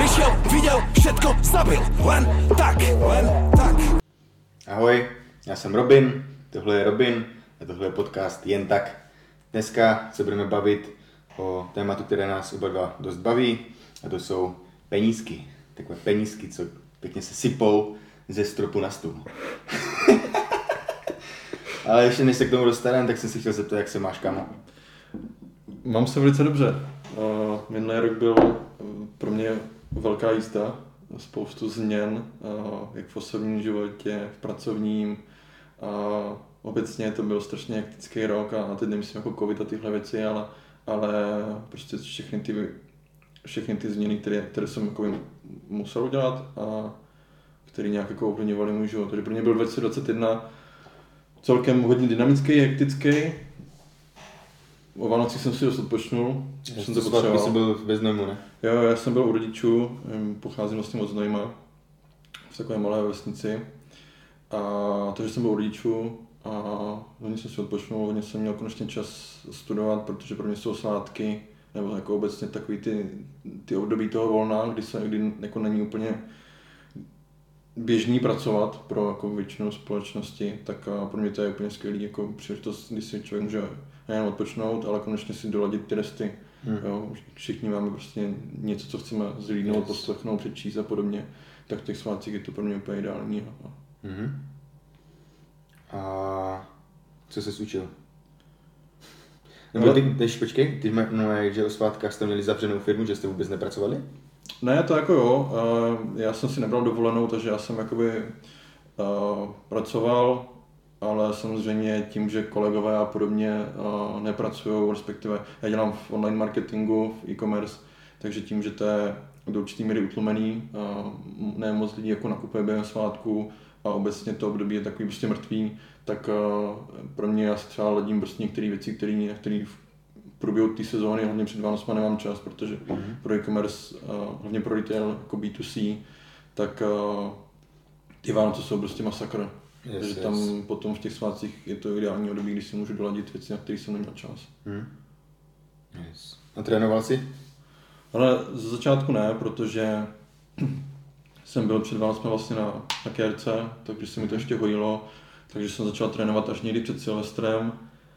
Prišiel, videl, všetko zabil, len tak. Ahoj, já jsem Robin, tohle je Robin a tohle je podcast Jen tak. Dneska se budeme bavit o tématu, které nás oba dva dost baví, a to jsou penízky. Takové penízky, co pěkně se sypou ze stropu na stůl. Ale ještě než se k tomu dostaneme, tak jsem si chtěl zeptat, jak se máš, kámo? Mám se velice dobře. Minulý rok byl pro mě velká jízda, spoustu změn, jak v osobním životě, v pracovním. Obecně to byl strašně hektický rok a teď nemyslím jako covid a tyhle věci, ale prostě všechny ty změny, které jsem jako musel udělat a které nějak jako ovlivňovaly můj život. Takže pro mě byl 2021 celkem hodně dynamický, hektický. O Vánocích jsem si dost odpočnul, jsem to potřeboval. Jsi byl ve Znojmu, ne? Jo, já jsem byl u rodičů, pocházím vlastně od Znojma, v takové malé vesnici. A takže jsem byl u rodičů a hodně jsem si odpočnul, hodně jsem měl konečně čas studovat, protože pro mě jsou svátky, nebo jako obecně takový ty období toho volna, kdy jako není úplně běžný pracovat pro jako většinu společnosti, tak pro mě to je úplně skvělý jako příležitost, kdy si člověk může nejen odpočnout, ale konečně si doladit ty resty. Jo? Všichni máme prostě něco, co chceme zhlídnout, poslechnout, přečíst a podobně, tak v těch svátcích je to pro mě úplně ideální. A co jsi učil? Nebo počkej, ty že o svátkách jste měli zavřenou firmu, že jste vůbec nepracovali? Ne, to jako jo, já jsem si nebral dovolenou, takže já jsem jakoby pracoval, ale samozřejmě tím, že kolegové a podobně nepracují, respektive já dělám v online marketingu, v e-commerce, takže tím, že to je do určitý míry utlumený, ne moc lidí jako nakupuje během svátku a obecně to období je takový prostě mrtvý, tak pro mě já si třeba ladím prostě některé věci, které v průběhu té sezóny, hlavně před Vánocma nemám čas, protože pro e-commerce, hlavně pro retail, jako B2C, tak ty Vánoce jsou prostě masakr. Takže tam potom v těch svátcích je to ideální období, když si můžu doladit věci, na které jsem neměl čas. A trénoval jsi? Ale ze začátku ne, protože jsem byl před Vánocma vlastně na kérce, takže se mi to ještě hodilo, takže jsem začal trénovat až někdy před Silvestrem.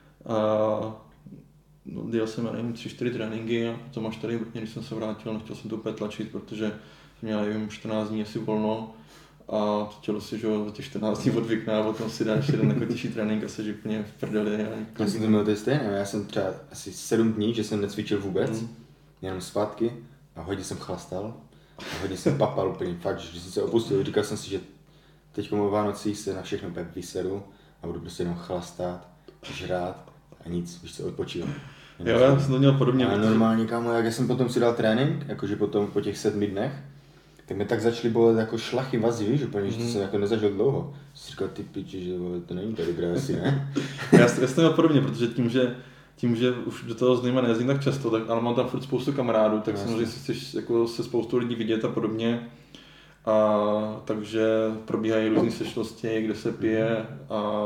Dělal jsem, já nevím, 3-4 tréninky a potom až tady, když jsem se vrátil, nechtěl jsem to úplně tlačit, protože jsem měl, nevím, 14 dní asi volno a chtělo si, že za těch 14 dní odvykne a potom si dáš jeden jako těžší trénink a jsi úplně v prdeli. Já jsem to měl to stejné, já jsem třeba asi 7 dní, že jsem necvičil vůbec, jenom zpátky a hodně jsem chlastal a hodně jsem papal úplně fakt, že jsem se opustil, říkal jsem si, že teď o Vánocích se na všechno vyseru a budu prostě jenom chlastat, žrát a nic, víš co, odpočívat. Jo, já jsem to měl podobně. Ale normálně, kámo, jak jsem potom si dal trénink, jakože potom po těch 7 dnech, tak mě tak začaly bolet jako šlachy vazy, víš, úplně, že to jsem jako nezažil dlouho. Jsi říkal, ty piči, že to není tak dobré asi, ne? já jsem měl podobně, protože tím, že už do toho Znojma nejezdím tak často, tak, ale mám tam furt spoustu kamarádů, tak samozřejmě si chceš jako se spoustu lidí vidět a podobně. A takže probíhají různé sešlosti, kde se pije a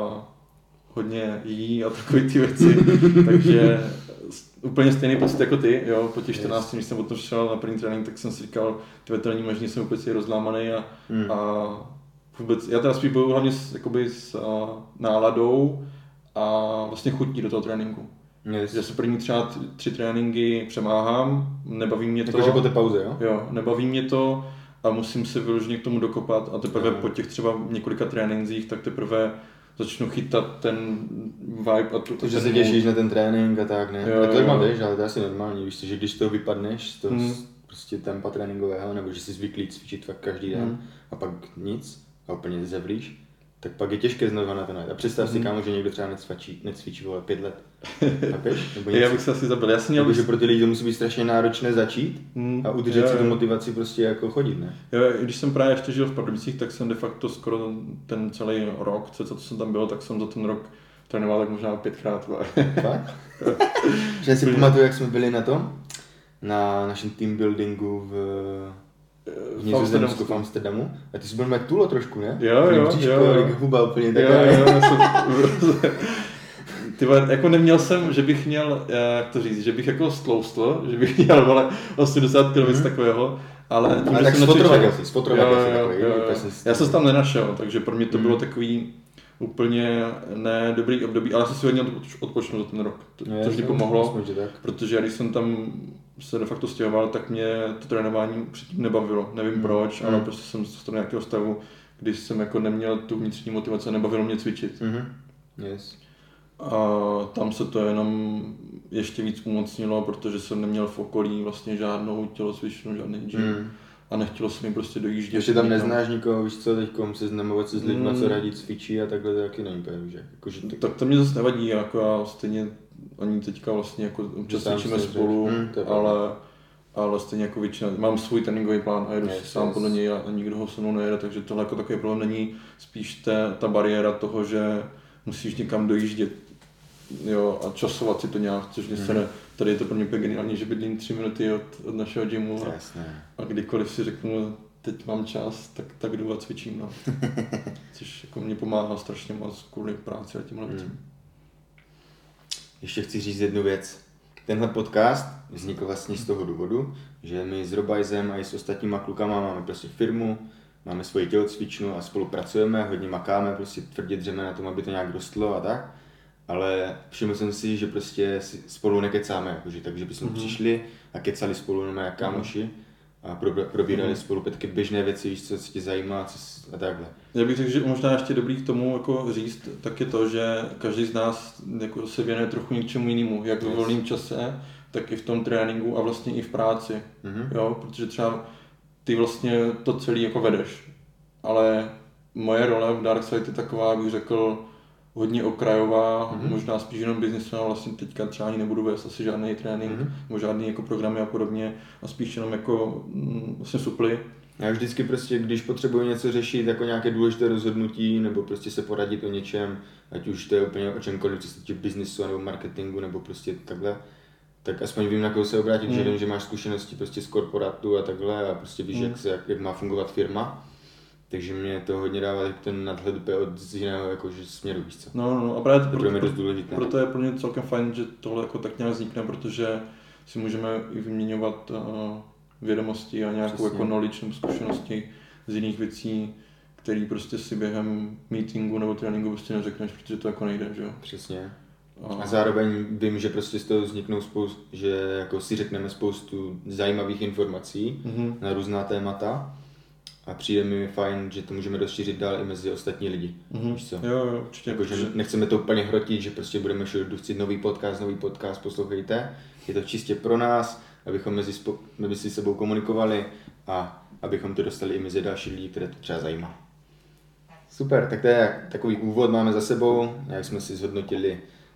hodně jí a takové ty věci, takže úplně stejný pocit jako ty, jo, po těch 14, když jsem potom šel na první trénink, tak jsem si říkal, to není možný, jsem úplně rozlámaný a vůbec, já teda spíš bojuju hlavně s náladou a vlastně chutí do toho tréninku. Že se první třeba 3 tréninky přemáhám, nebaví mě to. Jakože po té pauze, jo? Jo, nebaví mě to a musím se vyloženě k tomu dokopat a teprve po těch třeba několika trénincích, tak teprve začnu chytat ten vibe a to. Takže se těšíš na ten trénink a tak, ne? Jo, to máš, ale to je asi normální, víš, že když z toho vypadneš, z toho prostě tempa tréninkového, nebo že jsi zvyklý cvičit fakt každý den a pak nic a úplně zevlíš, tak pak je těžké znovu na to najít. A představ si, kámo, že někdo třeba necvičí 5 let. Chápeš? Já bych se asi zabil. Že pro ty lidi to musí být strašně náročné začít a udržet si tu motivaci prostě jako chodit, ne? Jo, když jsem právě ještě žil v Pardubicích, tak jsem de facto skoro ten celý rok, co jsem tam byl, tak jsem za ten rok trénoval tak možná 5krát. Fakt? Že si pamatuju, jak jsme byli na tom, na našem team buildingu v Nizozemsku, v Amsterdamu. A ty jsi byl mít tulo trošku, ne? Jo. Huba úplně taková. Jako neměl jsem, že bych měl, jak to říct, že bych jako stloustl, že bych měl 80 kg takového, ale tím, Ale že tak jsem spotrovatel necvičil. si, spotrovatel si takový. Já jsem se tam nenašel, takže pro mě to bylo takový úplně nedobrý období, ale já jsem si hodně odpočnul za ten rok, což vždy pomohlo, protože když jsem tam se de facto stěhoval, tak mě to trénování předtím nebavilo, nevím proč, ale prostě jsem z toho nějakého stavu, když jsem jako neměl tu vnitřní motivaci a nebavilo mě cvičit. Yes. A tam se to jenom ještě víc umocnilo, protože jsem neměl v okolí vlastně žádnou tělocvičnu, žádný gym. A nechtělo se mi prostě dojíždět. Ještě tam neznáš nikoho, víš co, teďkom seznamovat se s lidma, co rádi cvičí a takhle, to taky není úplně, že? Tak to mě zase nevadí, jako já stejně, ani teďka vlastně jako občas cvičíme spolu, ale stejně jako většina, mám svůj tréninkový plán a jedu si sám podle něj a nikdo ho se mnou nejede, takže tohle jako takový problém není, spíš ta bariéra toho, že musíš někam dojíždět, jo, a časovat si to nějak, což mě se ne. Tady je to pro mě úplně geniální, že bydlím 3 minuty od našeho gymu a kdykoliv si řeknu, teď mám čas, tak jdu a cvičím, no. Což jako mě pomáhá strašně moc kvůli práci a tímhle věcem. Ještě chci říct jednu věc. Tenhle podcast vznikl vlastně z toho důvodu, že my s Robajzem a i s ostatníma klukama máme prostě firmu, máme svoji tělocvičnu a spolupracujeme, hodně makáme, prostě tvrdě dřeme na tom, aby to nějak rostlo a tak. Ale všiml jsem si, že prostě spolu nekecáme, jakože, takže bychom přišli a kecali spolu jenom jak kámoši a probírali spolu taky běžné věci, víš, co tě zajímá a takhle. Já bych řekl, že možná ještě dobrý k tomu jako říct, tak je to, že každý z nás jako se věnuje trochu něčemu jinému, jak ve volném čase, tak i v tom tréninku a vlastně i v práci, jo, protože třeba ty vlastně to celý jako vedeš, ale moje role v Darkside je taková, bych řekl, hodně okrajová, možná spíš jenom biznisová, vlastně teďka třeba ani nebudu vést asi žádný trénink, nebo žádný jako programy a podobně, a spíš jenom jako vlastně suply. Já vždycky prostě, když potřebuji něco řešit, jako nějaké důležité rozhodnutí, nebo prostě se poradit o něčem, ať už to je úplně o čemkoliv, co se týče biznisu, nebo marketingu, nebo prostě takhle, tak aspoň vím, na koho se obrátit, že vím, že máš zkušenosti prostě z korporátu a takhle a prostě víš, jak má fungovat firma. Takže mě to hodně dává ten nadhled úplně od jiného jakože směru, víš co. No, a právě to je dost důležité. Proto je pro mě celkem fajn, že tohle jako tak nějak vznikne, protože si můžeme i vyměňovat vědomosti a nějakou jako knowledge nebo zkušenosti z jiných věcí, který prostě si během meetingu nebo tréninku prostě neřekneš, protože to jako nejde, že jo. Přesně. A zároveň vím, že prostě z toho vzniknou že jako si řekneme spoustu zajímavých informací na různá témata. A přijde mi fajn, že to můžeme rozšířit dál i mezi ostatní lidi. Víš co? Jo, určitě. Jako, že nechceme to úplně hrotit, že prostě budeme všude nový podcast, poslouchejte. Je to čistě pro nás, abychom mezi sebou komunikovali a abychom to dostali i mezi další lidi, které to třeba zajímá. Super, tak to je takový úvod máme za sebou, jak jsme si zhodnotili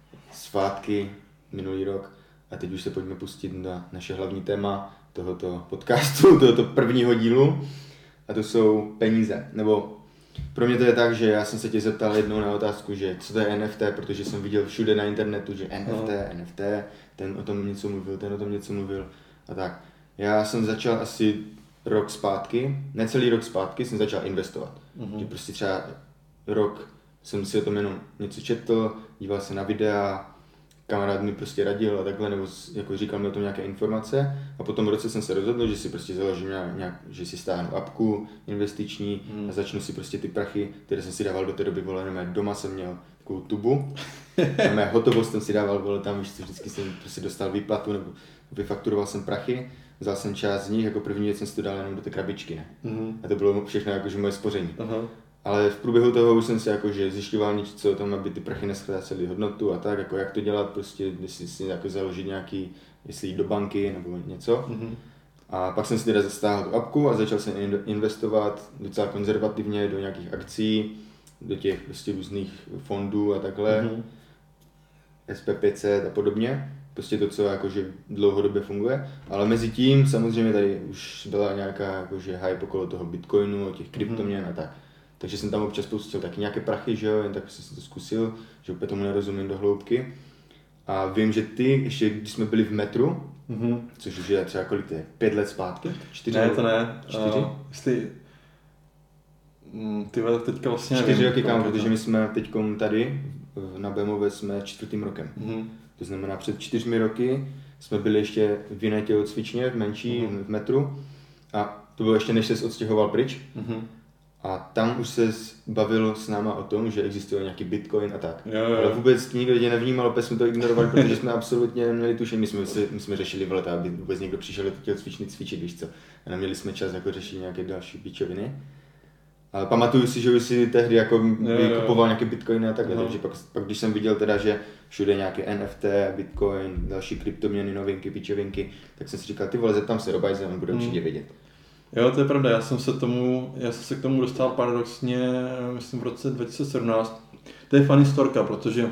svátky minulý rok a teď už se pojďme pustit na naše hlavní téma tohoto podcastu, tohoto prvního dílu. A to jsou peníze, nebo pro mě to je tak, že já jsem se tě zeptal jednou na otázku, že co to je NFT, protože jsem viděl všude na internetu, že NFT, ten o tom něco mluvil, ten o tom něco mluvil a tak. Já jsem začal asi rok zpátky, necelý rok zpátky jsem začal investovat. Že prostě třeba rok jsem si o tom jenom něco četl, díval se na videa, kamarád mi prostě radil a takhle, nebo jako říkal mi o tom nějaké informace a po tom roce jsem se rozhodl, že si prostě založím že si stáhnu apku investiční a začnu si prostě ty prachy, které jsem si dával do té doby, vole, doma jsem měl takovou tubu, a mé hotovost jsem si dával, vole, tam víš co, vždycky jsem prostě dostal výplatu nebo vyfakturoval jsem prachy, vzal jsem část z nich, jako první věc jsem si to dal jenom do té krabičky, ne? A to bylo všechno jakože moje spoření. Ale v průběhu toho už jsem si jakože zjišťoval něco o tom, aby ty prachy neztrácely hodnotu a tak, jako jak to dělat, prostě jestli si jako založit nějaký, jestli jít do banky nebo něco. A pak jsem si teda zastáhl tu apku a začal jsem investovat docela konzervativně do nějakých akcí, do těch prostě různých fondů a takhle, SP500 a podobně. Prostě to, co jakože dlouhodobě funguje, ale mezi tím samozřejmě tady už byla nějaká jakože hype okolo toho Bitcoinu, těch kryptoměn a tak. Takže jsem tam občas pustil taky nějaké prachy, že jo, jen tak jsem to zkusil, že úplně tomu nerozumím do hloubky. A vím, že ty, ještě když jsme byli v metru, což už je třeba kolik to je, 5 let zpátky? 4 ne, to ne. 4? Ty teďka vlastně 4 roky kam, protože my jsme teďkom tady na Bémové jsme 4. rokem. To znamená před 4 roky jsme byli ještě v jiné tělocvičně, v menší, v metru. A to bylo ještě než se odstěhoval pryč. Mm-hmm. A tam už se bavil s náma o tom, že existuje nějaký Bitcoin a tak. Jo. Ale vůbec nikdo tě nevnímal, opět jsme to ignorovali, protože jsme absolutně neměli tušení. My jsme řešili veleta, aby vůbec někdo přišel do těl cvičit, víš co. A neměli jsme čas jako řešit nějaké další pičoviny. Ale pamatuju si, že už si tehdy jako kupoval nějaké bitcoiny a takhle, takže pak když jsem viděl teda, že všude nějaké NFT, bitcoin, další kryptoměny, novinky, pičovinky, tak jsem si říkal, ty vole, zeptám se Robajze, on bude určitě vědět. Jo, to je pravda, já jsem se k tomu dostal paradoxně, myslím v roce 2017. To je funny storka, protože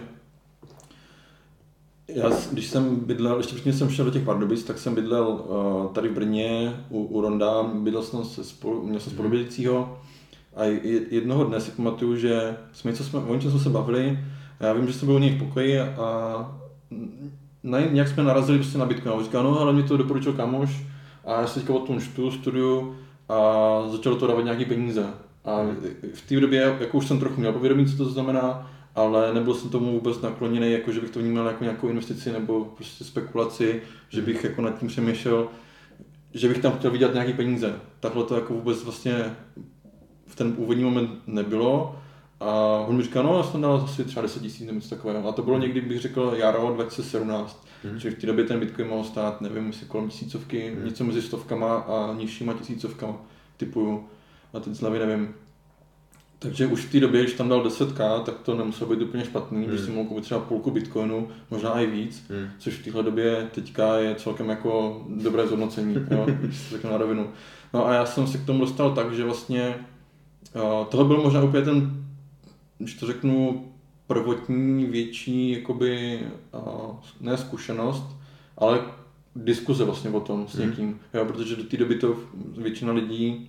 já, když jsem bydlel, ještě předtím jsem šel do těch Pardubic, tak jsem bydlel tady v Brně u Ronda, měl jsem spolubydlícího a jednoho dne si pamatuju, že o něčem jsme se bavili a já vím, že jsem byl u něj v pokoji a nějak jsme narazili prostě na Bitcoin a on říkal, no ale mě to doporučil kamoš a já se teďka o tom studiu a začalo to dávat nějaký peníze. A v té době jako už jsem trochu měl povědomí, co to znamená, ale nebyl jsem tomu vůbec nakloněný, jako že bych to vnímal jako nějakou investici nebo prostě spekulaci, že bych jako nad tím přemýšlel, že bych tam chtěl vydělat nějaký peníze. Takhle to jako vůbec vlastně v ten úvodní moment nebylo. A on mi říkal, no já jsem dal asi třeba 10 000 nebo něco takového. A to bylo někdy, bych řekl, jaro 2017. Čili v té době ten Bitcoin mohl stát, nevím, jestli kolem 1000, něco mezi 100 a nižšíma 1000, typuju. A teď z hlavy nevím. Takže už v té době, když tam dal 10k, tak to nemuselo být úplně špatný, když si mohl koupit třeba půlku Bitcoinu, možná i víc, což v téhle době teďka je celkem jako dobré zhodnocení, jo, když se řeknu na rovinu. No a já jsem se k tomu dostal tak, že vlastně tohle byl možná úplně ten, když to řeknu, prvotní, větší, jakoby, ne zkušenost, ale diskuze vlastně o tom s někým, jo, protože do té doby to většina lidí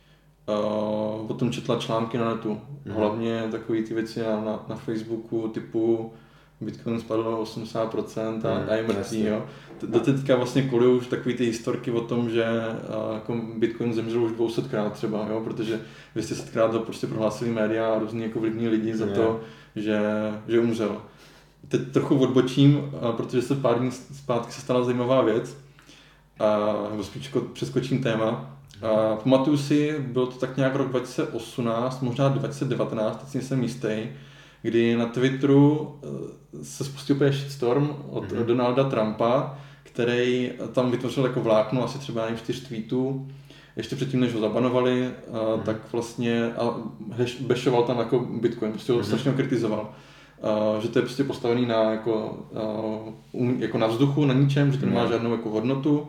o tom četla články na netu, hlavně takové ty věci na Facebooku typu Bitcoin spadl o 80% a je mrtvý, jo. Do teďka vlastně kolují už takové ty historky o tom, že jako Bitcoin zemřel už 200krát třeba, jo, protože 200krát to prostě prohlásili média a různý jako vlivní lidi za to, že umřel. Teď trochu odbočím, protože se pár dní zpátky se stala zajímavá věc, nebo spíš přeskočím téma. A pamatuju si, bylo to tak nějak rok 2018, možná 2019, teď si nejsem jistý, kdy na Twitteru se spustil úplně shitstorm od Donalda Trumpa, který tam vytvořil jako vlákno asi třeba 4 tweetů, ještě předtím, než ho zabanovali, tak vlastně bashoval tam jako Bitcoin, prostě ho strašně kritizoval. Že to je prostě postavený na, jako na vzduchu, na ničem, že to nemá žádnou jako hodnotu.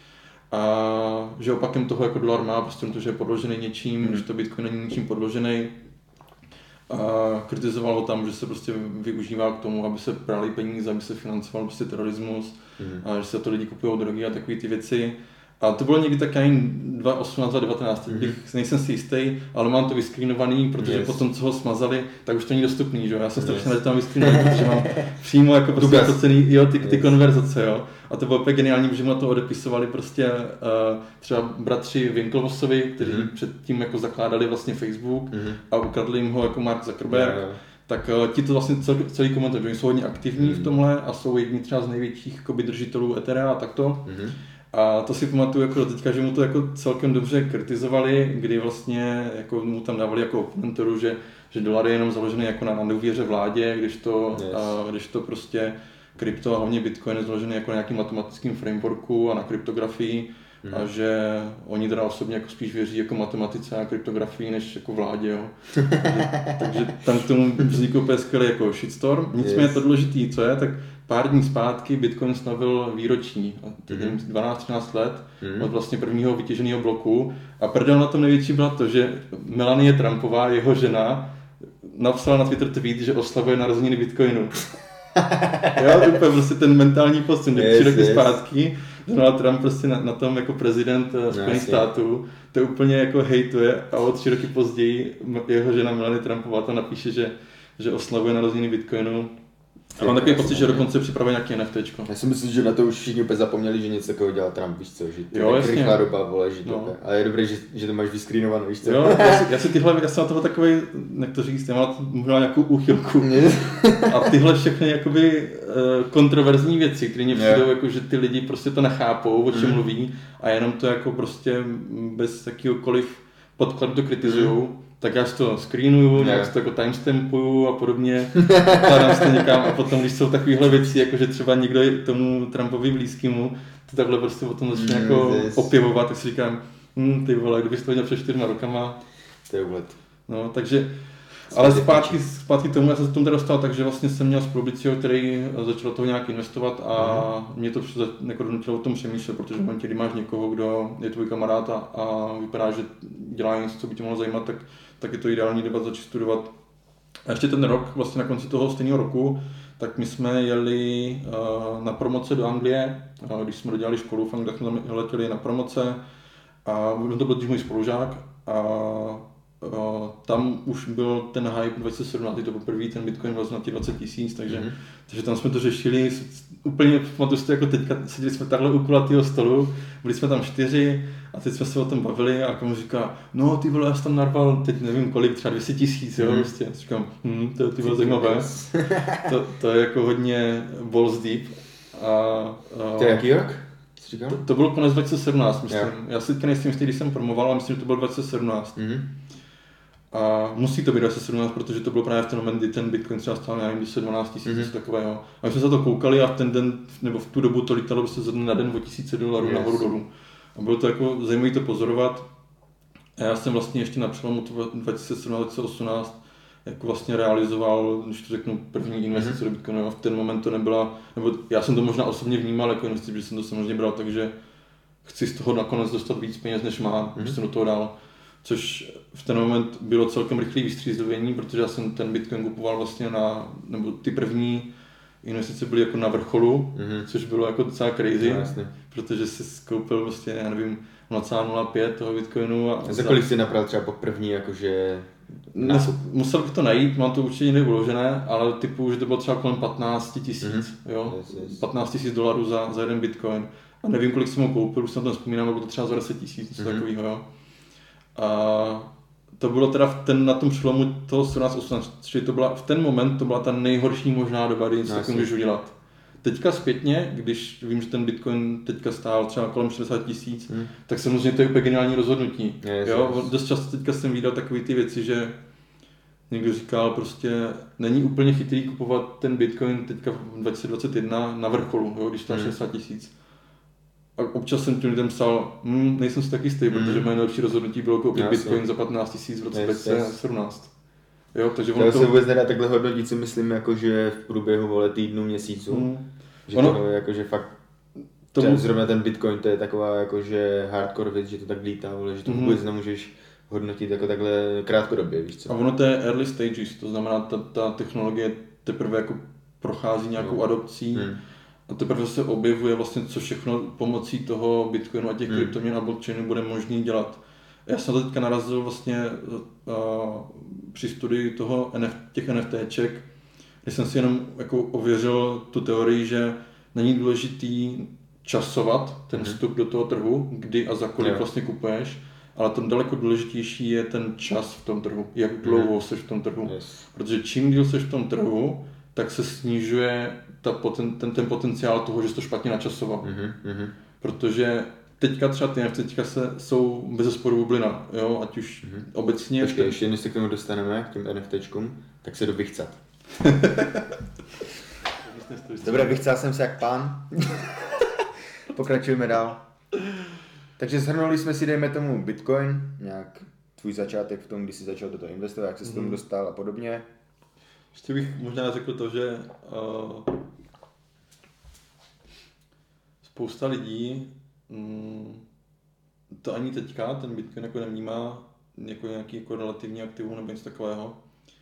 A že opakem toho jako dolar má, prostě protože je podložený něčím, že to Bitcoin není ničím podložený. A kritizoval ho tam, že se prostě využívá k tomu, aby se prali peníze, aby se financoval prostě terorismus, a že se to lidi kupují drogy a takové ty věci. A to bylo někdy tak jen 2018 a 2019, nejsem si jistý, ale mám to vyscreenovaný, protože potom, co ho smazali, tak už to není dostupný, že jo? Já jsem strašně rád, že tam vyscreenovaný, protože mám přímo jako prostě cený, jo, ty konverzace, jo? A to bylo úplně geniální, protože na to odepisovali prostě třeba bratři Winklevosovi, kteří předtím jako zakládali vlastně Facebook a ukradli jim ho jako Mark Zuckerberg. Tak ti to vlastně celý komentují, že jsou hodně aktivní v tomhle a jsou jedni třeba z největších držitelů Ethera a takto. A to si pamatuju jako do teďka, že mu to jako celkem dobře kritizovali, kdy vlastně jako mu tam dávali jako oponentoru, že dolar je jenom založený jako na důvěře vládě, když to prostě krypto a hlavně Bitcoin je založený jako na nějakým matematickým frameworku a na kryptografii a že oni teda osobně jako spíš věří jako matematice a kryptografii než jako vládě, jo. takže tam k tomu vznikl úplně skvělý jako shitstorm. Nicméně to důležitý, co je, tak pár dní zpátky Bitcoin slavil výroční, 12-13 let od vlastně prvního vytěženého bloku a prdel na tom největší byla to, že Melanie Trumpová, jeho žena, napsala na Twitter tweet, že oslavuje narozeniny Bitcoinu. Jo, to je prostě ten mentální posun, že 3 roky zpátky Donald Trump prostě na tom jako prezident Spojených států to úplně jako hejtuje a o 3 roky později jeho žena Melanie Trumpová tam napíše, že oslavuje narozeniny Bitcoinu. A mám takový pocit, že dokonce připravuje nějaký NFTčko. Já si myslím, že na to už všichni úplně zapomněli, že něco takového dělá Trump, víš co, že to jo, je rychlá doba, vole, že to ale je dobré, že to máš vyskrínované, víš co. Jo, já jsem na toho takový, jak to říct, já mám možná nějakou úchylku. A tyhle všechny jakoby kontroverzní věci, které mě přijdou, jako, že ty lidi prostě to nechápou, o čem mluví a jenom to jako prostě bez jakýhokoliv podkladu to kritizujou. Tak já si to screenuju, nějak si to jako timestampuju a podobně, kládám si to někam a potom, když jsou takovéhle věci, jako že třeba někdo tomu Trumpovi blízkému to takhle prostě potom začne jako opěvovat, tak si říkám, ty vole, kdybys to viděl před 4 rokama. To je úlet. No, takže, ale zpátky tomu, já jsem se tomu teda dostal, takže vlastně jsem měl spolubicio, který začal toho nějak investovat a mě to jako donutilo o tom přemýšlet, protože v momentě, kdy máš někoho, kdo je tvůj kamarád a vypadá, že dělá něco, co by tě mohlo zajímat, tak je to ideální doba začít studovat. A ještě ten rok, vlastně na konci toho stejného roku, tak my jsme jeli na promoce do Anglie, když jsme dodělali školu v Anglii, tak jsme letěli na promoce a to byl můj spolužák a tam už byl ten hype 2017, to poprvé ten Bitcoin vlastně na těch 20 000, takže tam jsme to řešili úplně, pamatuju si to jako teďka, seděli jsme takhle u kulatého stolu, byli jsme tam 4 a teď jsme se o tom bavili a komu říká, no ty vole, já jsem tam narval, teď nevím kolik, třeba 200 000, jo, prostě. Říkám, to je ty vole zajímavé, to je jako hodně balls deep. To je jaký rok? To bylo konec 2017, myslím. Já si teďka nejsem jistý, když jsem promoval, ale myslím, že to bylo 2017. A musí to být 2017, protože to bylo právě v ten moment, kdy ten Bitcoin třeba stál, nevím, 10 12 000, něco takového. A my jsme se to koukali a v ten den, nebo v tu dobu to lítalo prostě ze dne na den o $1000 nahoru dolů. A bylo to jako zajímavé to pozorovat. A já jsem vlastně ještě na přelomu 2017-2018 jako vlastně realizoval, když to řeknu, první investice do Bitcoinu. A v ten moment to nebyla, nebo já jsem to možná osobně vnímal jako investici, protože jsem to samozřejmě bral, takže chci z toho nakonec dostat víc peněz, než mám, když jsem do toho dal. Což v ten moment bylo celkem rychlé vystřízlivění, protože já jsem ten Bitcoin kupoval vlastně nebo ty první investice byly jako na vrcholu, což bylo jako docela crazy, protože jsi koupil vlastně, já nevím, 0,05 toho Bitcoinu. A za kolik jsi nabral třeba po první, jakože... Musel bych to najít, mám to určitě někde uložené, ale typu, že to bylo třeba kolem 15 000, jo? $15 000 za jeden Bitcoin. A nevím, kolik jsem ho koupil, už jsem tam vzpomínám, bylo to třeba za 10 000, něco takového, jo. A to bylo teda na tom přelomu toho 17-18, čili v ten moment to byla ta nejhorší možná doba, kdy něco takového můžu udělat. Teďka zpětně, když vím, že ten Bitcoin teďka stál třeba kolem 60 000, tak samozřejmě to je úplně geniální rozhodnutí. Jo? Dost často teďka jsem viděl takové ty věci, že někdo říkal prostě, není úplně chytrý kupovat ten Bitcoin teďka v 2021 na vrcholu, jo? Když stál 60 000. A občas jsem tím lidem psal, nejsem si taky jistý, protože moje nejlepší rozhodnutí bylo koupit Bitcoin za 15 000 v roce 2017. Jo, takže to se vůbec nedá takhle hodnotit, si myslím, jakože v průběhu týdnu, měsíců. Že to jakože fakt, zrovna ten Bitcoin, to je taková jakože hardcore věc, že to tak lítá, že to vůbec nemůžeš hodnotit jako takhle krátkodobě, víš co. A ono to je early stages, to znamená, ta technologie teprve jako prochází nějakou adopcí. A teprve se objevuje vlastně, co všechno pomocí toho Bitcoinu a těch kryptoměn a blockchainu bude možný dělat. Já jsem to teďka narazil vlastně při studii těch NFTček, kdy jsem si jenom jako ověřil tu teorii, že není důležitý časovat ten vstup do toho trhu, kdy a za kolik vlastně kupuješ, ale to daleko důležitější je ten čas v tom trhu, jak dlouho seš v tom trhu. Protože čím díl seš v tom trhu, tak se snižuje ten potenciál toho, že jsi to špatně načasoval. Protože teďka třeba ty NFTčka jsou bezesporu bublina, jo, ať už obecně... Počkej, ještě než se k tomu dostaneme, k těm NFTčkům, tak se jdu vychcat. Dobré, vychcal jsem se jak pán. Pokračujeme dál. Takže shrnuli jsme si, dejme tomu Bitcoin, nějak tvůj začátek v tom, kdy jsi začal do toho investovat, jak jsi s tomu dostal a podobně. Ještě bych možná řekl to, že spousta lidí to ani teďka ten Bitcoin jako nevnímá jako nějaký jako relativní aktivum nebo něco takového.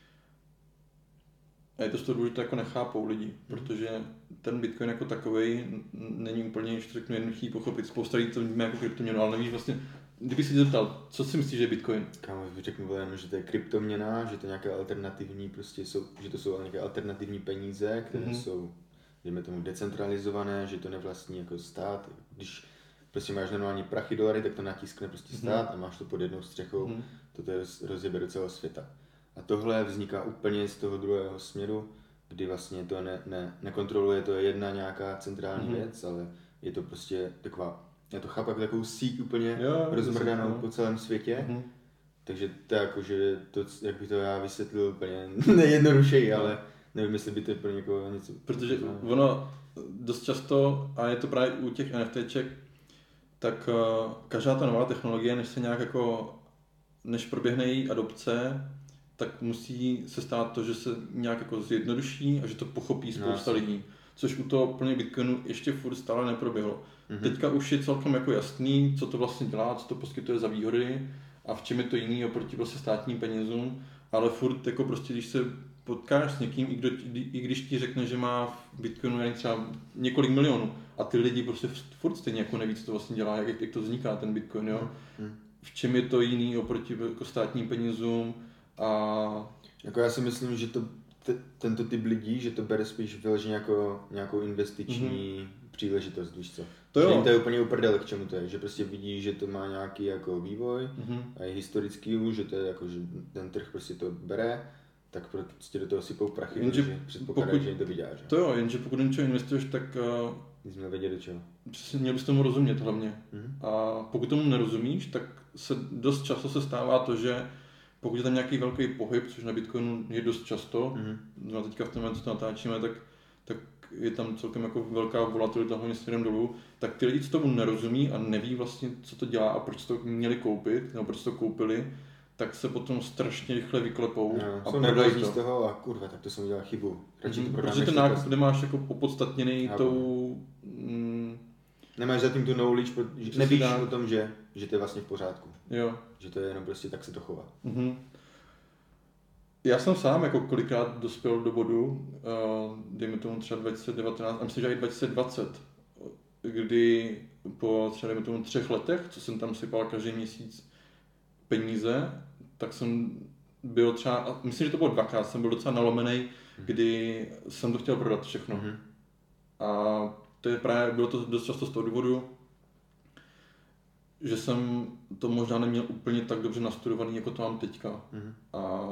A je to z toho důležité, jako nechápou lidi, protože ten Bitcoin jako takovej není úplně, když to řeknu, jednoduchý pochopit. Spousta lidí to vnímá jako kryptoměnu, ale nevíš vlastně, kdyby se zeptal, co si myslíš, že je Bitcoin? Kámo, řeknu jenom, že to je kryptoměna, že to nějaké alternativní, prostě jsou, že to jsou nějaké alternativní peníze, které jsou, dejme tomu, decentralizované, že to nevlastní jako stát. Když prostě máš normální prachy, dolary, tak to natiskne prostě stát a máš to pod jednou střechou, toto je rozjebe do celého světa. A tohle vzniká úplně z toho druhého směru, kdy vlastně to nekontroluje to jedna nějaká centrální věc, ale je to prostě taková, já to chápu jako takovou síť úplně rozmrdanou po celém světě. Takže to jako, že to, jak by to já vysvětlil úplně nejjednodušeji, ale nevím, jestli by to pro někoho něco... Protože ono dost často, a je to právě u těch NFTček, tak každá ta nová technologie, než proběhne její adopce, tak musí se stát to, že se nějak jako zjednoduší a že to pochopí spousta lidí. Což u toho plně Bitcoinu ještě furt stále neproběhlo. Teďka už je celkem jako jasný, co to vlastně dělá, co to poskytuje za výhody a v čem je to jiný oproti prostě státním penězům, ale furt jako prostě, když se potkáš s někým, i když ti řekne, že má v Bitcoinu jen třeba několik milionů a ty lidi prostě furt stejně jako neví, co to vlastně dělá, jak to vzniká ten Bitcoin, jo? V čem je to jiný oproti jako státním penězům a... Jako já si myslím, že to tento typ lidí, že to bere spíš vyloženě jako nějakou investiční příležitost, víš co? To jo. Že jim to je úplně uprdele, k čemu to je, že prostě vidí, že to má nějaký jako vývoj a je historický už, že to je jako, že ten trh prostě to bere, tak prostě do toho sypou prachy, protože předpokládají, že jim to vydělá, že? To jo, jenže pokud do něčeho investuješ, tak... Jsi měl vědět do čeho. Přesně, měl bys tomu rozumět hlavně. A pokud tomu nerozumíš, tak se dost často se stává to, že pokud je tam nějaký velký pohyb, což na Bitcoinu je dost často, no teďka v tom momentu, co to natáčíme, tak je tam celkem jako velká volatilita hlavně směrem dolů, tak ty lidi, co tomu nerozumí a neví vlastně, co to dělá a proč to měli koupit, nebo proč to koupili, tak se potom strašně rychle vyklepou a prodají to. Z toho a kurva, tak to jsem udělal chybu. Protože ten nákup nemáš jako opodstatněný tou... Nemáš zatím tu knowledge, nevíš o tom, že to je vlastně v pořádku. Jo. Že to je jenom prostě tak se to chová. Já jsem sám jako kolikrát dospěl do bodu, dejme tomu třeba 2019, a myslím, že i 2020, kdy po třeba dejme tomu 3 letech, co jsem tam sypal každý měsíc peníze, tak jsem byl třeba, myslím, že to bylo 2krát, jsem byl docela nalomený, kdy jsem to chtěl prodat všechno. A to je právě, bylo to dost často z toho důvodu, že jsem to možná neměl úplně tak dobře nastudovaný, jako to mám teďka. A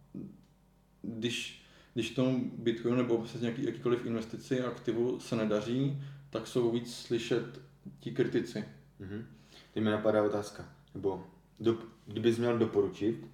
když tomu Bitcoinu nebo přes jakýkoliv investici a aktivu se nedaří, tak jsou víc slyšet ti kritici. Teď mi napadá otázka, nebo kdybys měl doporučit,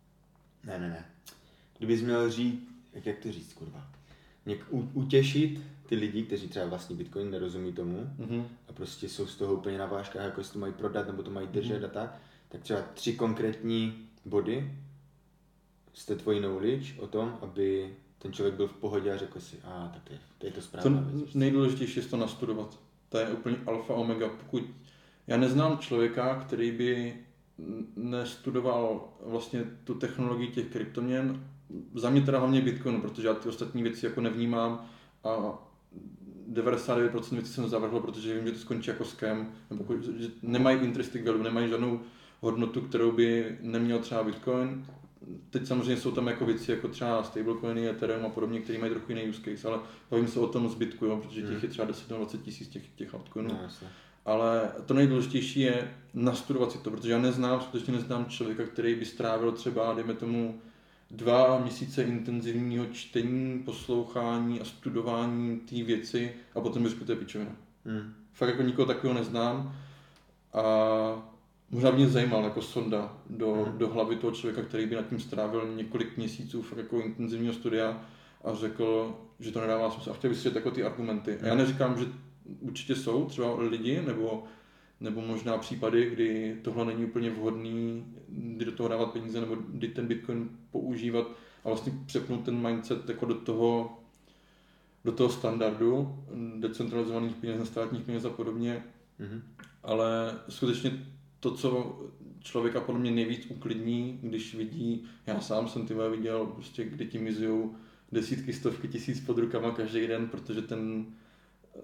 kdybys měl říct, jak to říct, kurva, utěšit ty lidi, kteří třeba vlastní Bitcoin, nerozumí tomu a prostě jsou z toho úplně na vážkách, jako jestli to mají prodat nebo to mají držet a tak třeba 3 konkrétní body z té tvojí knowledge o tom, aby ten člověk byl v pohodě a řekl si, tak to je to správná věc. Nejdůležitější je to nastudovat. To je úplně alfa omega. Pokud já neznám člověka, který by nestudoval vlastně tu technologii těch kryptoměn, za mě teda hlavně Bitcoinu, protože já ty ostatní věci jako nevnímám a 99% věcí jsem zavrhl, protože vím, že to skončí jako scam, nebo že nemají intrinsic value, nemají žádnou hodnotu, kterou by neměl třeba Bitcoin. Teď samozřejmě jsou tam jako věci, jako třeba stablecoiny, Ethereum a podobně, které mají trochu jiný use case, ale bavím se o tom zbytku, jo, protože těch je třeba 10-20 tisíc těch altcoinů. No, ale to nejdůležitější je nastudovat si to, protože já skutečně neznám člověka, který by strávil třeba, dejme tomu, 2 měsíce intenzivního čtení, poslouchání a studování té věci a potom by řekl, to je pičovina. Fakt jako nikoho takového neznám a možná by mě zajímal jako sonda do hlavy toho člověka, který by nad tím strávil několik měsíců fakt jako intenzivního studia a řekl, že to nedává smysl a chtěl vysvětlit jako ty argumenty. A já neříkám, že určitě jsou třeba lidi nebo možná případy, kdy tohle není úplně vhodný, kdy do toho dávat peníze nebo kdy ten Bitcoin používat a vlastně přepnout ten mindset jako do toho standardu decentralizovaných peněz, státních peněz a podobně. Ale skutečně to, co člověka podle mě nejvíc uklidní, když vidí, já sám jsem viděl, prostě, kdy ti mizujou desítky, stovky tisíc pod rukama každý den, protože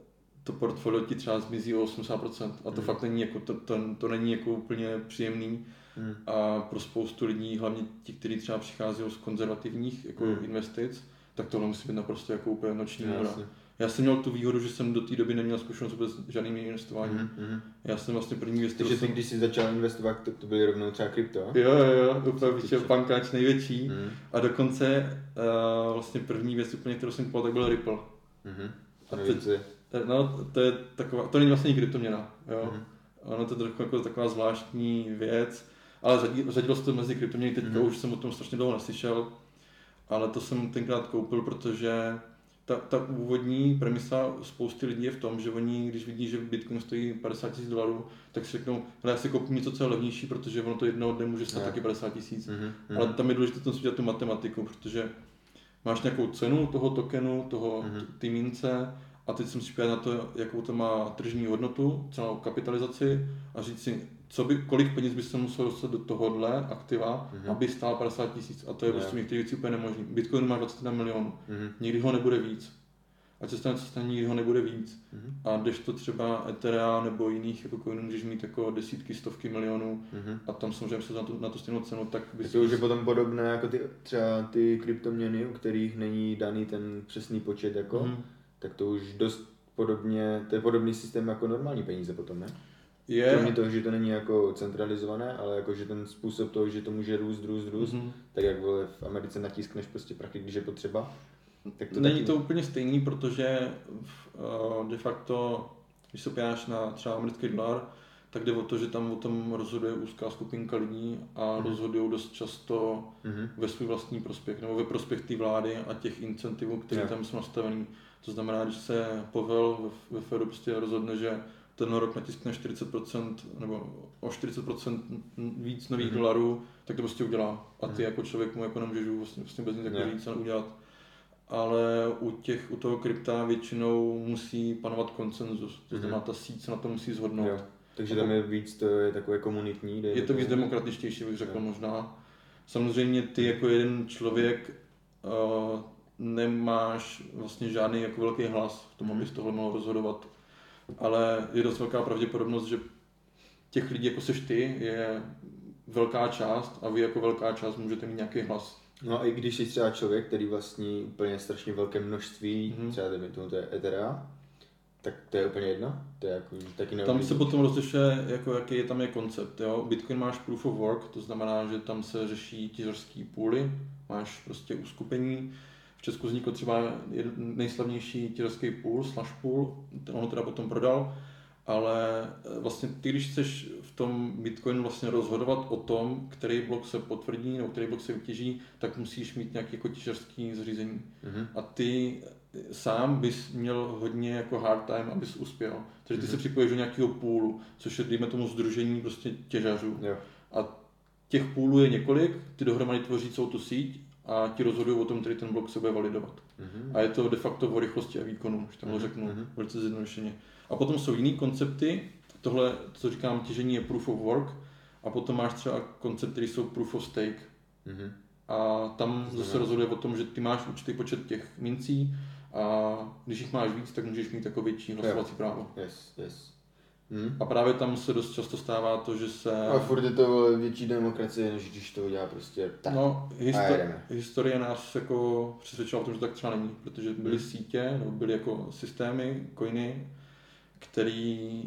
to portfolio ti třeba zmizí o 80% a to fakt není jako, to není jako úplně příjemný a pro spoustu lidí, hlavně ti, kteří třeba přichází z konzervativních jako investic, tak tohle musí být naprosto jako úplně noční můra. Já jsem měl tu výhodu, že jsem do té doby neměl zkušenost vůbec s žádným investováním. Já jsem vlastně první investor. Takže ty, když jsi začal investovat, tak to byly rovnou třeba krypto? Jo, úplně bych pankáč největší. A dokonce vlastně první věc, úplně, kterou jsem kupoval, tak byl Ripple. A to je taková, to není vlastně kryptoměna, jo. Ono to je trochu jako taková zvláštní věc, ale řadilo se to mezi kryptoměny, teďka už jsem o tom strašně dlouho neslyšel, ale to jsem tenkrát koupil, protože ta úvodní premisa spousty lidí je v tom, že oni, když vidí, že Bitcoin stojí $50,000, tak si řeknou, já si koupím něco, co je levnější, protože ono to jednoho dne může stát taky 50,000. Ale tam je důležité tom udělat tu matematiku, protože máš nějakou cenu toho tokenu, ty mince, a teď si musíš podívat na to, jakou to má tržní hodnotu, celou kapitalizaci a říct si, kolik peněz by se muselo dostat do tohohle aktiva, aby stál 50,000. A to je prostě některé věci úplně nemožné. Bitcoin má 21 milionů, nikdy ho nebude víc. Ať se stane, co stane, nikdy ho nebude víc. A když to třeba Etherea nebo jiných jako coinů můžeš mít jako desítky, stovky milionů a tam samozřejmě se na to stejnou cenu, tak by to už je potom podobné jako třeba ty kryptoměny, u kterých není daný ten přesný počet jako, tak to už dost podobně, to je podobný systém jako normální peníze potom, ne? Kromě toho, že to není jako centralizované, ale jako, že ten způsob toho, že to může růst, tak jak v Americe natiskneš prostě prachy, když je potřeba. Tak to není to úplně stejný, protože de facto, když se podíváš na třeba americký dolar, tak jde o to, že tam o tom rozhoduje úzká skupinka lidí a rozhodují dost často ve svůj vlastní prospěch, nebo ve prospěch té vlády a těch incentivů, které tam jsou nastavený. To znamená, když se Powell ve Fedu prostě rozhodne, že ten rok natiskne 40% nebo o 40% víc nových dolarů, tak to prostě udělá. A ty jako člověk mu jako nemůžeš vlastně bez nic jako víc udělat. Ale u toho krypta většinou musí panovat konsenzus. To znamená, ta síť se na to musí shodnout. Jo. Takže tam je víc, to je takové komunitní. Je to víc demokratičtější, bych řekl možná. Samozřejmě ty jako jeden člověk nemáš vlastně žádný jako velký hlas v tom, abys tohle mohl rozhodovat. Ale je dost velká pravděpodobnost, že těch lidí jako seš ty je velká část a vy jako velká část můžete mít nějaký hlas. No a i když jsi třeba člověk, který vlastní úplně strašně velké množství, třeba to je Etherea, tak to je úplně jedno? To je jako taky tam se potom rozlišuje, jako jaký je tam je koncept. Jo? Bitcoin máš proof of work, to znamená, že tam se řeší těžařský pooly, máš prostě uskupení. V Česku vznikl třeba nejslavnější těžařský pool, slash pool, on ho teda potom prodal, ale vlastně ty, když chceš v tom Bitcoinu vlastně rozhodovat o tom, který blok se potvrdí nebo který blok se vytěží, tak musíš mít nějaké jako těžařské zařízení. A ty sám bys měl hodně jako hard time, abys uspěl. Takže ty se připojíš do nějakého poolu, což je, dejme tomu, sdružení prostě těžařů. Jo. A těch poolů je několik, ty dohromady tvoří celou tu síť a ti rozhodují o tom, který ten blok se bude validovat. A je to de facto o rychlosti a výkonu, už tam řeknu velice zjednodušeně. A potom jsou jiný koncepty, tohle, co říkám, těžení je proof of work, a potom máš třeba koncepty, které jsou proof of stake. A tam zase rozhoduje o tom, že ty máš určitý počet těch mincí a když jich máš víc, tak můžeš mít jako větší hlasovací právo. Yes. A právě tam se dost často stává to, že se... A furt je to větší demokracie, než když to udělá prostě tak. No, historie nás jako přesvědčila o tom, že tak třeba není, protože byly sítě, nebo byly jako systémy, coiny, který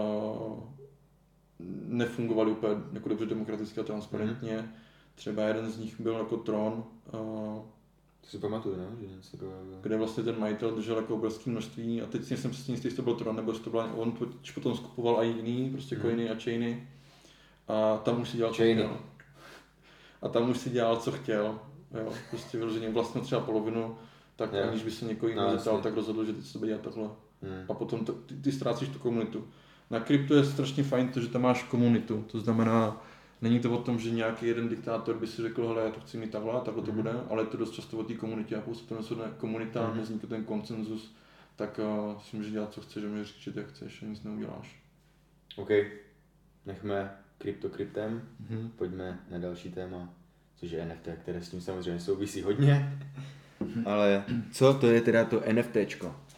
nefungovaly úplně jako dobře demokraticky a transparentně. Třeba jeden z nich byl jako Tron, to si pamatuju, ne? Že něco takového bylo. Kde vlastně ten majitel držel jako obrovské množství a teď si jsem přesně jistý, jestli to byl Tron, nebo jestli to byl on potom skupoval i jiný, prostě coiny a chainy a tam už si dělal, co chtěl. A tam už si dělal, co chtěl, jo, prostě vyloženě vlastně třeba polovinu, tak aniž by se někoho jiného zeptal, tak rozhodl, že teď se to bude dělat takhle. A potom ty ztrácíš tu komunitu. Na kryptu je strašně fajn to, že tam máš komunitu, to znamená, není to o tom, že nějaký jeden diktátor by si řekl, hele, já to chci mít takhle to bude, ale je to dost často o té komunitě a pokud se to neshodne komunita, vznikne ten konsenzus, tak si můžeš dělat, co chceš, že můžeš říct, jak chceš a nic neuděláš. OK, nechme krypto kryptem, pojďme na další téma, což je NFT, které s tím samozřejmě souvisí hodně. Ale co to je teda to NFTčko?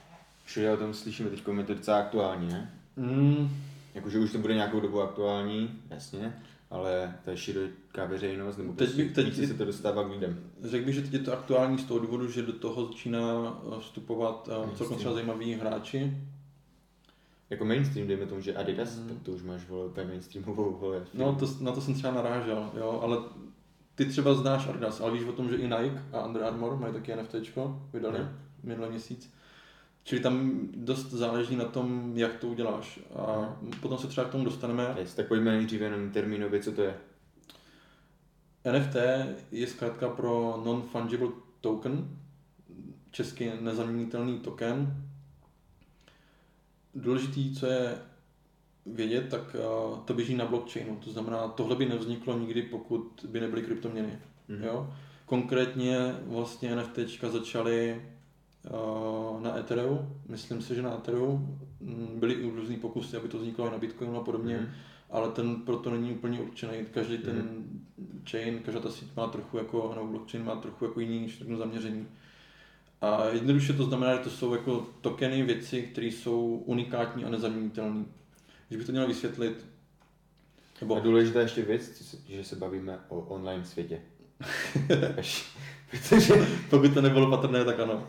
Všude o tom slyšíme teď, je to docela aktuální, ne? Jakože už to bude nějakou dobu aktuální, jasně, ale to je široká veřejnost, nebo teď se to dostává k lidem. Řekl bych, že teď je to aktuální z toho důvodu, že do toho začíná vstupovat celkem třeba zajímaví hráči. Jako mainstream, dejme tomu, že Adidas, tak to už máš, vole, úplně mainstreamovou, vole. No, na to jsem třeba narážel, jo, ale ty třeba znáš Adidas, ale víš o tom, že i Nike a Under Armour mají taky NFTčko, vydali minulý měsíc. Čili tam dost záleží na tom, jak to uděláš. A potom se třeba k tomu dostaneme. Tak pojďme nejdřív jenom termínově, co to je. NFT je zkrátka pro non-fungible token, česky nezaměnitelný token. Důležitý, co je vědět, tak to běží na blockchainu. To znamená, tohle by nevzniklo nikdy, pokud by nebyly kryptoměny. Jo? Konkrétně vlastně NFTčka začaly na Ethereum, myslím si, že na Ethereum byly i různý pokusy, aby to vzniklo i na Bitcoinu a podobně, ale ten proto není úplně určený. Každý ten chain, každá ta síť má trochu jako, nebo blockchain má trochu jako jiný zaměření. A jednoduše to znamená, že to jsou jako tokeny, věci, které jsou unikátní a nezaměnitelné. Když bych to měl vysvětlit. A důležitá ještě věc, že se bavíme o online světě. Protože pokud to nebylo patrné, tak ano.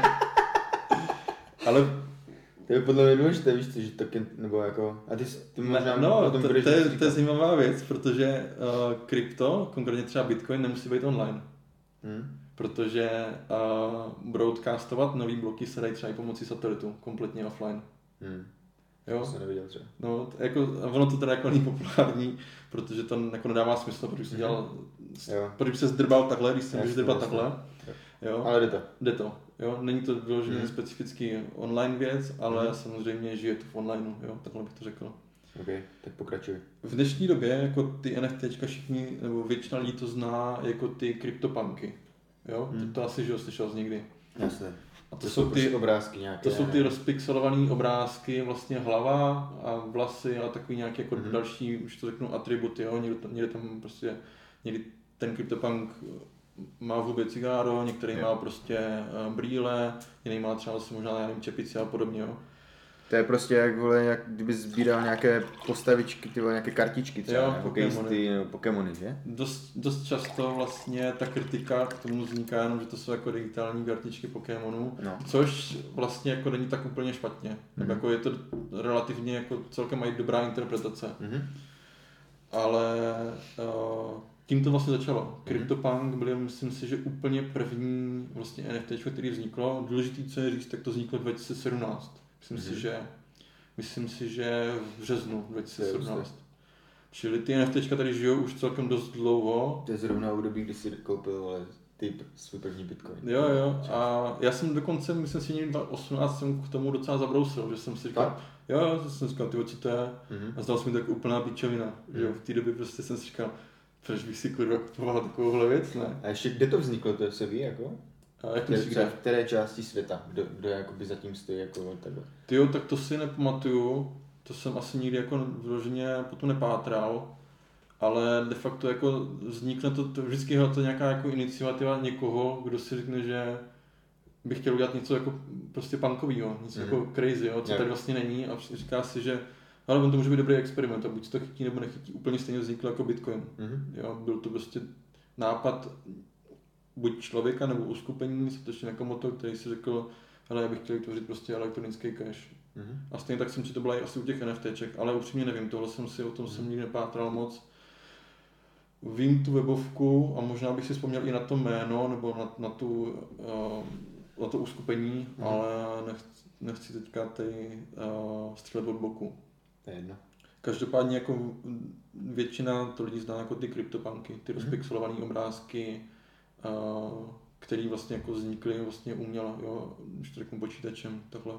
Ale to je podle mě důležité, víš co, že token, nebo jako, a ty možná no, to je zajímavá věc, protože krypto, konkrétně třeba Bitcoin, nemusí být online. Protože broadcastovat nový bloky se dají třeba i pomocí satelitu, kompletně offline. Jo? To jsem neviděl třeba. No, jako, ono to teda jako není populární, protože to jako nedává smysl, protože si dělal, protože se zdrbal takhle, když se můžeš zdrbat takhle. Jo? Ale jde to. Jo? Není to vyloženě specifický online věc, ale samozřejmě žije to v onlineu, jo? Takhle bych to řekl. Ok, tak pokračuj. V dnešní době jako ty NFTčka všichni, nebo většina lidí to zná jako ty CryptoPunky. Jo? To asi, že ho slyšel z někdy. Jasně. A to jsou ty obrázky nějaké. To jsou ty rozpixelované obrázky, vlastně hlava a vlasy a takový nějaké jako další, už to řeknu, atributy. Jo? Někde tam prostě, někdy ten CryptoPunk má v hubě cigáro, některý má prostě brýle, jiný má třeba možná, já nevím, čepici a podobně. Jo? To je prostě jak kdyby sbíral nějaké postavičky, nějaké kartičky třeba, jo, jako kejsty, Pokémony, že? Dost často vlastně ta kritika k tomu vzniká jenom, že to jsou jako digitální kartičky Pokémonů, což vlastně jako není tak úplně špatně. Jako je to relativně jako celkem mají dobrá interpretace. Ale tím to vlastně začalo. CryptoPunk byl, myslím si, že úplně první vlastně NFT, který vzniklo. Důležitý, co je říct, tak to vzniklo 2017. Myslím si, že v březnu 2017. Čili ty NFTčka tady žijou už celkem dost dlouho. To je zrovna období, kdy si koupil svůj první Bitcoin. Jo. A já jsem dokonce, myslím si, někdy 2018 jsem k tomu docela zabrousil, že jsem si říkal, jsem říkal, co to je? A zdal se mi tak úplná pičovina. Že v té době prostě jsem si říkal, proč bych si kurva kupoval takovouhle věc, ne? A ještě kde to vzniklo, to se ví, jako? V které části světa? Kdo jakoby zatím stojí jako takhle? Tyjo, tak to si nepamatuju, to jsem asi nikdy jako vyloženě potom nepátral, ale de facto jako vznikne to vždycky je to nějaká jako iniciativa někoho, kdo si řekne, že by chtěl udělat něco jako prostě punkovýho, něco jako crazy, jo, co tady vlastně není a říká si, že ale on to může být dobrý experiment a buď to chytí nebo nechytí, úplně stejně vznikl jako Bitcoin. Jo, byl to prostě nápad buď člověka nebo uskupení, skutečně nakamoto, který si řekl, hele, já bych chtěl vytvořit prostě elektronický cash. A stejně tak jsem si to byla i asi u těch NFTček, ale upřímně nevím, tohle jsem si, o tom jsem nikdy nepátral moc. Vím tu webovku a možná bych si vzpomněl i na to jméno nebo na to uskupení, ale nechci teďka střílet od boku. To je jedno. Každopádně jako většina to lidí zná jako ty CryptoPunky, ty rozpixelované obrázky, který vlastně jako vznikly vlastně uměle, jo, když to řeknu počítačem, takhle.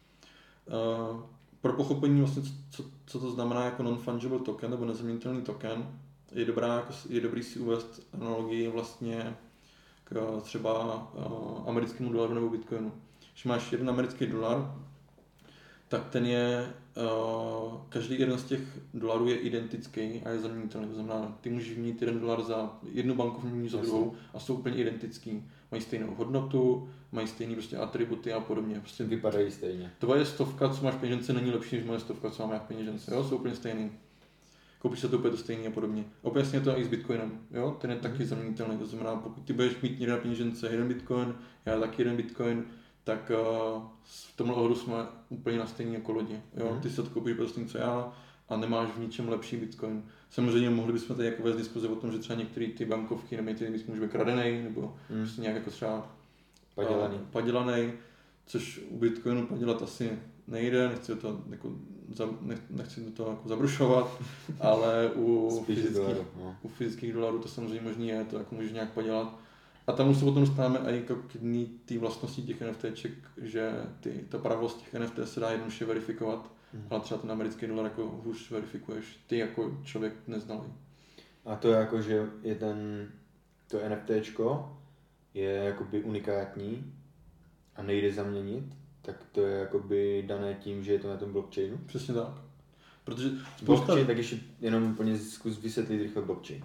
Pro pochopení vlastně, co to znamená jako non-fungible token nebo nezaměnitelný token, je dobrý si uvést analogii vlastně k třeba americkému dolaru nebo bitcoinu. Když máš $1 americký dolar, tak ten je, každý jeden z těch dolarů je identický a je zaměnitelný. To znamená, ty můžeš vyměnit $1 za jednu bankovní za druhou a jsou úplně identický. Mají stejnou hodnotu, mají stejné prostě atributy a podobně. Prostě Vypadají stejně. tvoje stovka, co máš v peněžence, není lepší než moje stovka, co mám já v peněžence. Jo? Jsou úplně stejný. Koupíš se to úplně to stejný a podobně. A úplně stejně to i s Bitcoinem. Jo? Ten je taky zaměnitelný. To znamená, pokud ty budeš mít někde na peněžence jeden Bitcoin, já taky jeden Bitcoin, tak v tomhle ohledu jsme úplně na stejné jako lodi. Jo? Ty se to koupíš prostě co já a nemáš v ničem lepší Bitcoin. Samozřejmě mohli bychom tady jako vést diskuzi o tom, že třeba některé ty bankovky nebo ty může být kradený nebo prostě nějak jako třeba padělaný, což u Bitcoinu padělat asi nejde, nechci do toho jako zabrušovat, ale u fyzických dolarů to samozřejmě možný je, to jako můžeš nějak padělat. A tam už se potom dostáváme i k jedné té vlastnosti těch NFTček, že ta pravost těch NFT se dá jednoduše verifikovat, ale třeba ten americký dolar jako hůř verifikuješ ty jako člověk neznalý. A to je jako, že je to NFTčko je jakoby unikátní a nejde zaměnit, tak to je jakoby dané tím, že je to na tom blockchainu? Přesně tak. Protože blockchain, tak ještě jenom úplně zkus vysvětlit rychle blockchain.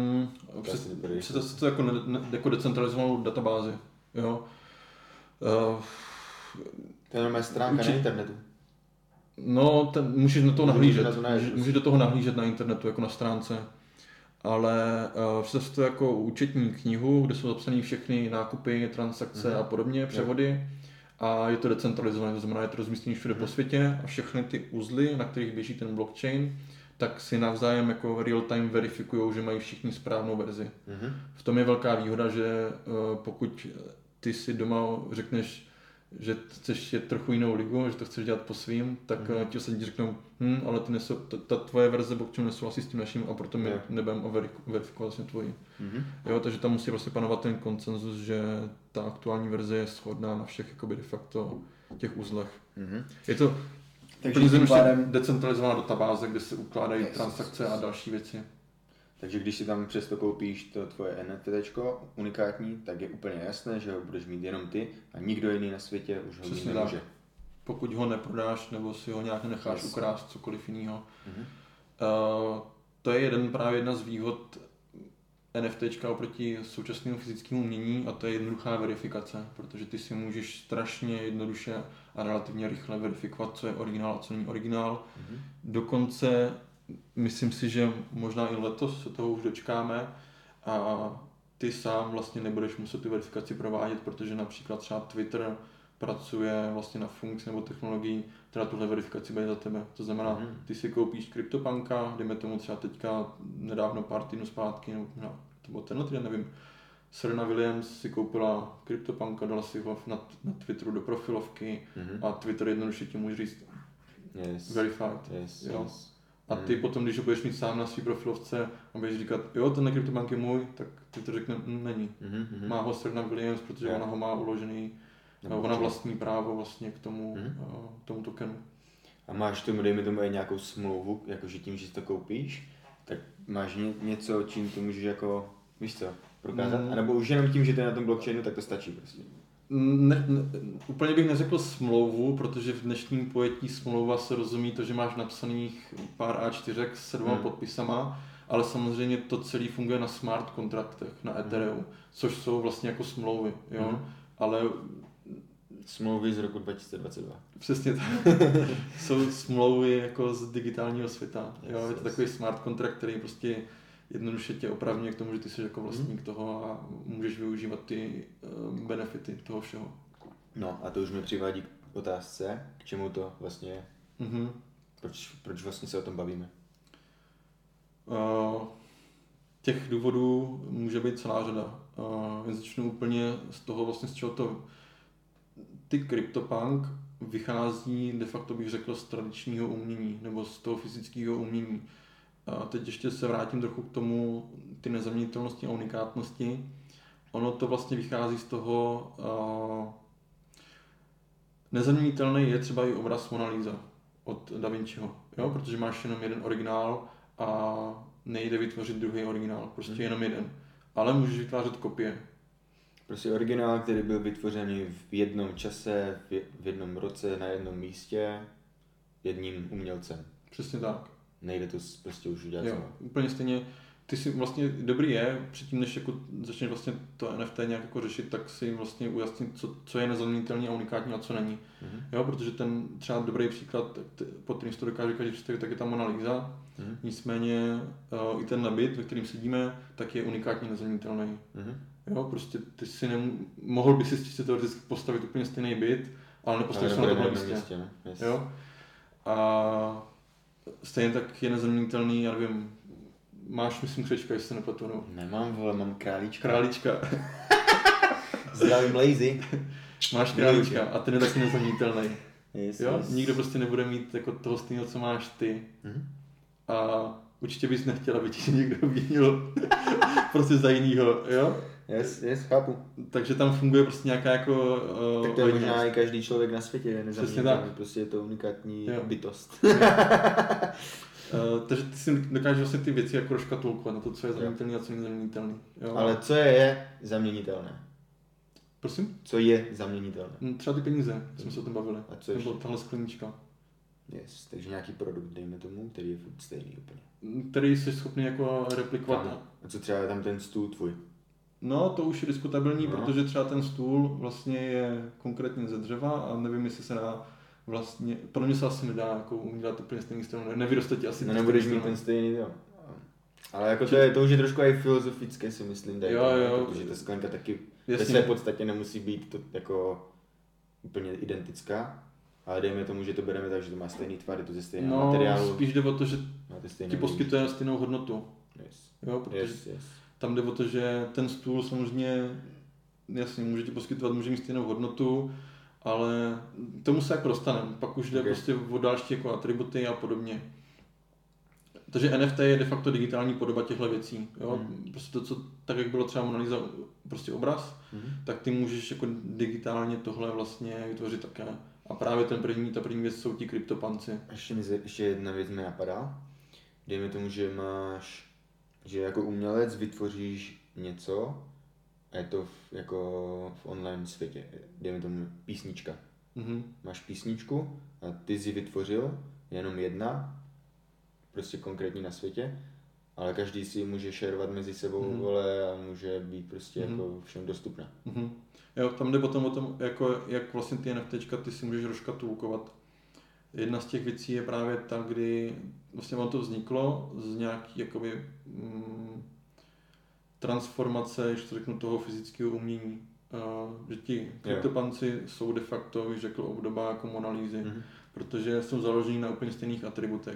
To jako decentralizovanou databázi. Jo? To je normálně stránka na internetu. No, můžeš na to nahlížet. Můžeš do toho nahlížet na internetu, jako na stránce. Ale představ si to jako účetní knihu, kde jsou zapsané všechny nákupy, transakce a podobně, převody. A je to decentralizované, to znamená, je to rozmístěné všude po světě a všechny ty uzly, na kterých běží ten blockchain, tak si navzájem jako real time verifikují, že mají všichni správnou verzi. V tom je velká výhoda, že pokud ty si doma řekneš, že chceš jet trochu jinou ligu, že to chceš dělat po svým, tak ti ostatní řeknou, ale ta tvoje verze blockchainu nesouhlasí s tím naším a proto my nebudeme verifikovat vlastně tvoji. Jo, takže tam musí vlastně panovat ten konsenzus, že ta aktuální verze je shodná na všech jakoby de facto těch uzlech. Je to decentralizovaná databáze, kde se ukládají transakce a další věci. Takže když si tam přesto koupíš to tvoje NFTčko unikátní, tak je úplně jasné, že ho budeš mít jenom ty a nikdo jiný na světě už ho mít nemůže. Pokud ho neprodáš nebo si ho nějak necháš ukrást, cokoliv jiného. To je jedna z výhod NFTčka oproti současnému fyzickému umění a to je jednoduchá verifikace, protože ty si můžeš strašně jednoduše a relativně rychle verifikovat, co je originál a co není originál. Dokonce myslím si, že možná i letos se toho už dočkáme a ty sám vlastně nebudeš muset tu verifikaci provádět, protože například třeba Twitter pracuje vlastně na funkci nebo technologii, která tuhle verifikaci bude za tebe. To znamená, ty si koupíš CryptoPunka, dejme tomu třeba teďka nedávno pár týdnů zpátky, nebo tenhle týden, nevím, Serena Williams si koupila CryptoPunka, dala si ho na Twitteru do profilovky a Twitter jednoduše ti může říct verified. A ty potom, když ho budeš mít sám na svý profilovce a budeš říkat, jo, ten CryptoPunk je můj, tak Twitter řekne, není. Má ho Serena Williams, protože ona ho má uložený, ona vlastní právo vlastně k tomu tokenu. A máš tomu, dejme tomu, nějakou smlouvu, jakože tím, že si to koupíš, tak máš něco, čím to můžeš jako, víš co, prokázat? A nebo už jenom tím, že to je na tom blockchainu, tak to stačí prostě. Úplně bych neřekl smlouvu, protože v dnešním pojetí smlouva se rozumí to, že máš napsaných pár A4 s 7 podpisama, ale samozřejmě to celé funguje na smart kontraktech, na Ethereum, což jsou vlastně jako smlouvy, jo? Ale smlouvy z roku 2022. Přesně tak. Jsou smlouvy jako z digitálního světa. Jo? Je to takový smart kontrakt, který prostě jednoduše tě opravňuje k tomu, že ty jsi jako vlastník toho a můžeš využívat ty benefity toho všeho. No a to už mě přivádí k otázce, k čemu to vlastně je. Proč vlastně se o tom bavíme? Těch důvodů může být celá řada. Začnu úplně z toho vlastně, z čeho to ty CryptoPunk vychází de facto bych řekl z tradičního umění nebo z toho fyzického umění. A teď ještě se vrátím trochu k tomu, ty nezaměnitelnosti a unikátnosti. Ono to vlastně vychází z toho, nezaměnitelný je třeba i obraz Mona Lisa od Da Vinciho, jo? Protože máš jenom jeden originál a nejde vytvořit druhý originál, prostě jenom jeden. Ale můžeš vytvářet kopie. Prostě originál, který byl vytvořený v jednom čase, v jednom roce, na jednom místě, jedním umělcem. Přesně tak. Nejde to prostě už udělat Jo, úplně stejně. Ty si vlastně dobrý je, předtím než jako začneš vlastně to NFT nějak jako řešit, tak si vlastně ujasnit, co je nezaměnitelný a unikátní a co není. Jo, protože ten třeba dobrý příklad, pod kterým si to dokáže každý představit, tak je ta Mona Lisa. Nicméně i ten nebyt, ve kterým sedíme, tak je unikátní, nezaměnitelný. Jo, prostě ty si mohl by si čistě teoreticky postavit úplně stejný byt, ale nepostavíš se na tomhle místě. Jo? A stejně tak je nezaměnitelný, já nevím, máš, myslím, křečka, jestli se nepletu, no. Nemám, vole, mám králíčka. Králíčka. Zdravím lazy. Máš králíčka a ten je taky nezaměnitelný. Yes, Jo? yes. Nikdo prostě nebude mít jako toho stejného, co máš ty. A určitě bys nechtěl, aby ti někdo vyměnil prostě za jinýho, jo? Yes, chápu. Takže tam funguje prostě nějaká jako... Tak to je možná i každý člověk na světě, je nezaměnitelný, tak. prostě je to unikátní bytost. Takže ty si dokážeš vlastně ty věci jako rozkatulkovat na to, co je zaměnitelný a co není zaměnitelný. Jo? Ale co je zaměnitelné? Prosím? Co je zaměnitelné? Třeba ty peníze, jsme se o tom bavili. A co Nebo ještě? tahle sklenička. Yes, takže nějaký produkt, dejme tomu, který je furt stejný úplně. Který jsi schopný jako replikovat. A co třeba je tam ten stůl tvůj? No, to už je diskutabilní, No. protože třeba ten stůl vlastně je konkrétně ze dřeva a nevím, jestli se dá vlastně, pro mě se asi nedá jako udělat úplně stejný stůl, nevyroste ti asi. No nebudeš mít ten stejný, jo. Ale jako to už je trošku i filozofické, si myslím, tady, jo, protože ta sklenka taky jasně. ve své podstatě nemusí být to jako úplně identická, ale dejme tomu, že to bereme tak, že to má stejný tvar, je to ze stejného materiálu. Spíš jde o to, že ti poskytuje výši. stejnou hodnotu. Yes. Jo, protože Yes. tam jde o to, že ten stůl samozřejmě, jasně, může ti poskytovat, může mít stejnou hodnotu, ale tomu se jako dostaneme. Pak už jde prostě o další jako atributy a podobně. Takže NFT je de facto digitální podoba těchto věcí. Jo? Prostě to, co, tak jak bylo třeba Mona Lisa, prostě obraz, tak ty můžeš jako digitálně tohle vlastně vytvořit také. A právě ta první věc jsou ti kryptopanci. Ještě jedna věc mi napadá. Dejme tomu, že jako umělec vytvoříš něco a je to v online světě. Dejme tomu písnička. Máš písničku a ty jsi ji vytvořil, jenom jedna, prostě konkrétní na světě, ale každý si ji může šerovat mezi sebou, vole, a může být prostě jako všem dostupná. Jo, tam jde potom o tom, jako, jak vlastně ty NFTčka ty si můžeš rozkatulkovat. Jedna z těch věcí je právě ta, kdy vlastně ono to vzniklo z nějaký jakoby transformace, když to řeknu, toho fyzického umění. Že ti kryptopanci jsou de facto, bych řekl, obdoba jako Mona Lisy, protože jsou založení na úplně stejných atributech.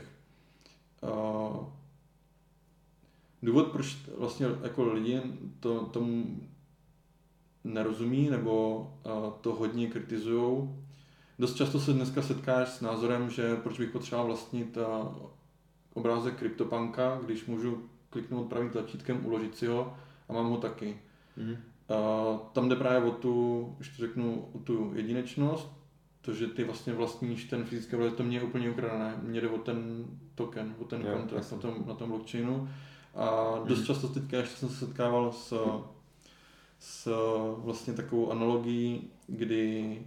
Důvod, proč vlastně jako lidi tomu nerozumí nebo to hodně kritizujou. Dost často se dneska setkáš s názorem, že proč bych potřeboval vlastnit obrázek CryptoPunka, když můžu kliknout pravým tlačítkem, uložit si ho a mám ho taky. Tam jde právě o tu jedinečnost, to, že ty vlastně vlastníš ten fyzický obrázek, to mě je úplně ukradené. Mně jde o ten token, o ten kontrakt na tom blockchainu. A dost často teďka ještě jsem se setkával s vlastně takovou analogií, kdy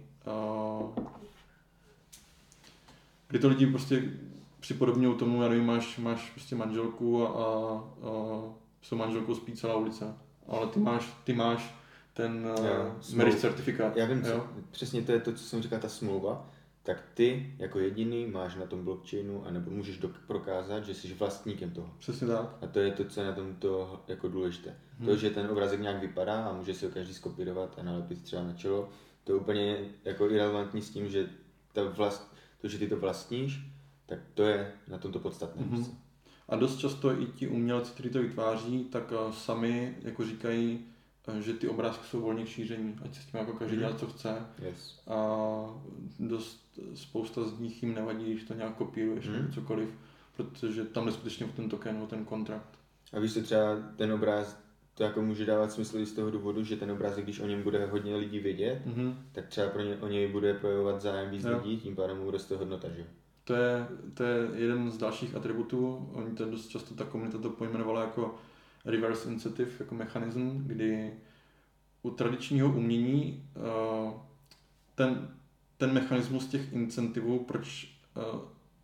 to lidi prostě připodobňují tomu, já nevím, máš prostě manželku a s manželkou spí celá ulice, ale ty máš ten marriage certifikát. Já vím, přesně to je to, co jsem říkal, ta smlouva, tak ty jako jediný máš na tom blockchainu, anebo můžeš prokázat, že jsi vlastníkem toho. Přesně tak. A to je to, co je na tomto jako důležité. To, že ten obrázek nějak vypadá a může si ho každý skopírovat a nalepit třeba na čelo, to je úplně jako irelevantní s tím, že to, že ty to vlastníš, tak to je na tomto podstatné. A dost často i ti umělci, kteří to vytváří, tak sami jako říkají, že ty obrázky jsou volně k šíření, ať se s tím jako každý dělá, co chce. Yes. A spousta z nich jim nevadí, když to nějak kopíruješ nebo cokoliv, protože tam je skutečně ten token, ten kontrakt. A víš, že třeba ten obráz, to jako může dávat smysl i z toho důvodu, že ten obrázek, když o něm bude hodně lidí vědět, tak třeba o něj bude projevovat zájem víc lidí, tím pádem mu roste hodnota, že? To je jeden z dalších atributů. Oni to dost často ta komunita to pojmenovala jako reverse incentive, jako mechanism, kdy u tradičního umění ten mechanismus těch incentivů, proč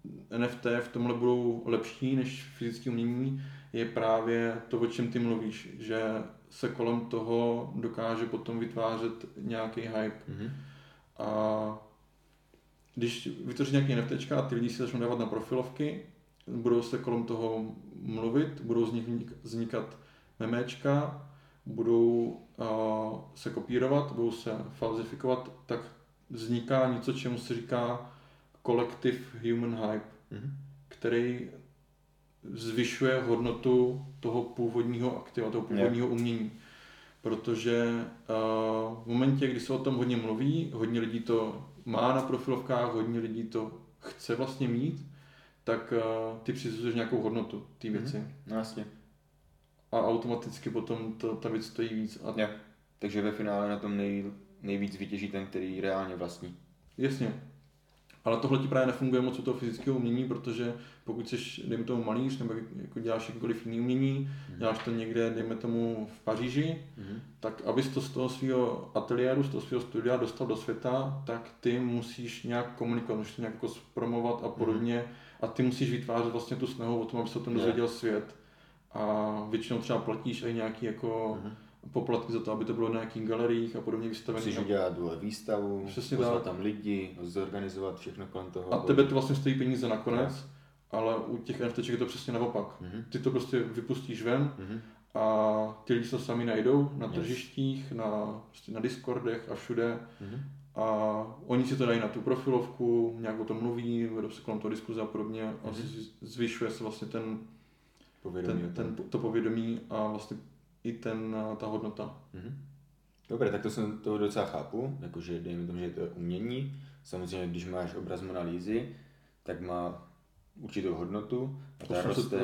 NFT v tomhle budou lepší než fyzické umění, je právě to, o čem ty mluvíš, že se kolem toho dokáže potom vytvářet nějaký hype. A když vytvoříš nějaký NFT a ty lidi si začnou dávat na profilovky, budou se kolem toho mluvit, budou z nich vznikat memečka, budou se kopírovat, budou se falzifikovat, tak vzniká něco, čemu se říká collective human hype, který zvyšuje hodnotu toho původního aktiva, toho původního umění. Protože v momentě, kdy se o tom hodně mluví, hodně lidí to má na profilovkách, hodně lidí to chce vlastně mít, tak ty přizuzuješ nějakou hodnotu té věci. No jasně. A automaticky potom ta věc stojí víc. Jo. Takže ve finále na tom nejvíc vytěží ten, který reálně vlastní. Jasně. Ale tohle ti právě nefunguje moc u toho fyzického umění, protože pokud jsi, dejme tomu, malíř, nebo jako děláš jakékoliv jiný umění, děláš to někde, dejme tomu, v Paříži, tak abys to z toho svého ateliéru, z toho svého studia dostal do světa, tak ty musíš nějak komunikovat, musíš to nějak jako zpromovat a podobně. A ty musíš vytvářet vlastně tu snahu o tom, aby se o tom dozvěděl svět. A většinou třeba platíš i nějaký jako poplatky za to, aby to bylo na nějakých galeriích a podobně vystavené. Musíš udělat výstavu, pozvat tam lidi, zorganizovat všechno kolem toho. A tebe to vlastně stojí peníze nakonec, ale u těch NFTček je to přesně naopak. Ty to prostě vypustíš ven a ty lidi se sami najdou na tržištích, prostě na Discordech a všude. A oni si to dají na tu profilovku, nějak o tom mluví, vedou se kolem toho diskuze a podobně a zvyšuje se vlastně to povědomí a vlastně i ta hodnota. Dobré, tak to docela chápu, jakože dejme tomu, že to je umění. Samozřejmě, když máš obraz Mona Lisy, tak má určitou hodnotu a ta roste.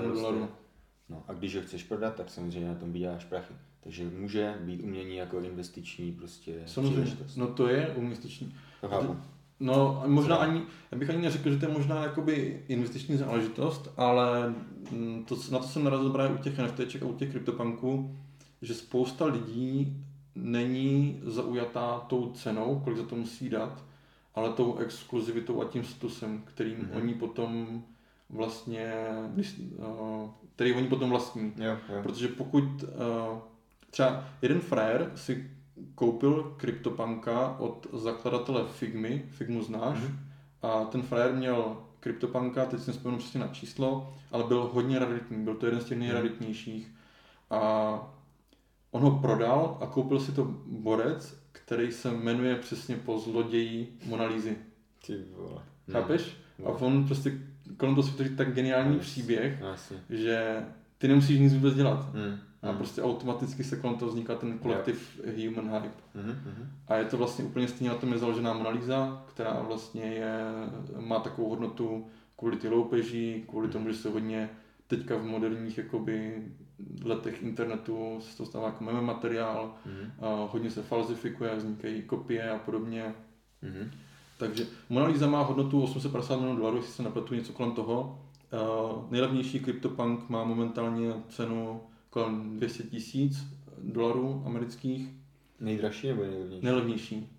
No, a když ho chceš prodat, tak samozřejmě na tom vyděláš prachy. Takže může být umění jako investiční prostě příležitost. No to je investiční. To chápu. No možná já bych ani neřekl, že to je možná jakoby investiční záležitost, ale na to jsem narazil právě u těch NFTček a u těch CryptoPunků, že spousta lidí není zaujatá tou cenou, kolik za to musí dát, ale tou exkluzivitou a tím statusem, kterým oni potom vlastně, který oni potom vlastní. Jo. Protože pokud třeba jeden frajer si koupil CryptoPunka od zakladatele Figmu znáš, a ten frajer měl CryptoPunka, teď si nespomenu přesně na číslo, ale byl hodně raritní, byl to jeden z těch nejraritnějších. A on ho prodal a koupil si to borec, který se jmenuje přesně po zloději Mona Lisy. Ty vole. Chápeš? A on prostě kolem toho vytvoří tak geniální příběh, že ty nemusíš nic vůbec dělat. A prostě automaticky se kolem toho vzniká ten kolektiv human hype. A je to vlastně úplně stejně na tom je založená Mona Lisa, která vlastně má takovou hodnotu kvůli ty loupeži, kvůli tomu, že se hodně teďka v moderních jakoby letech internetu se to stává jako meme materiál, hodně se falzifikuje, vznikají kopie a podobně. Takže Mona Lisa má hodnotu $850 milionů, jestli se nepletu něco kolem toho. Nejlevnější CryptoPunk má momentálně cenu kolem $200,000 amerických. Nejdražší nebo nejlevnější? Nejlevnější.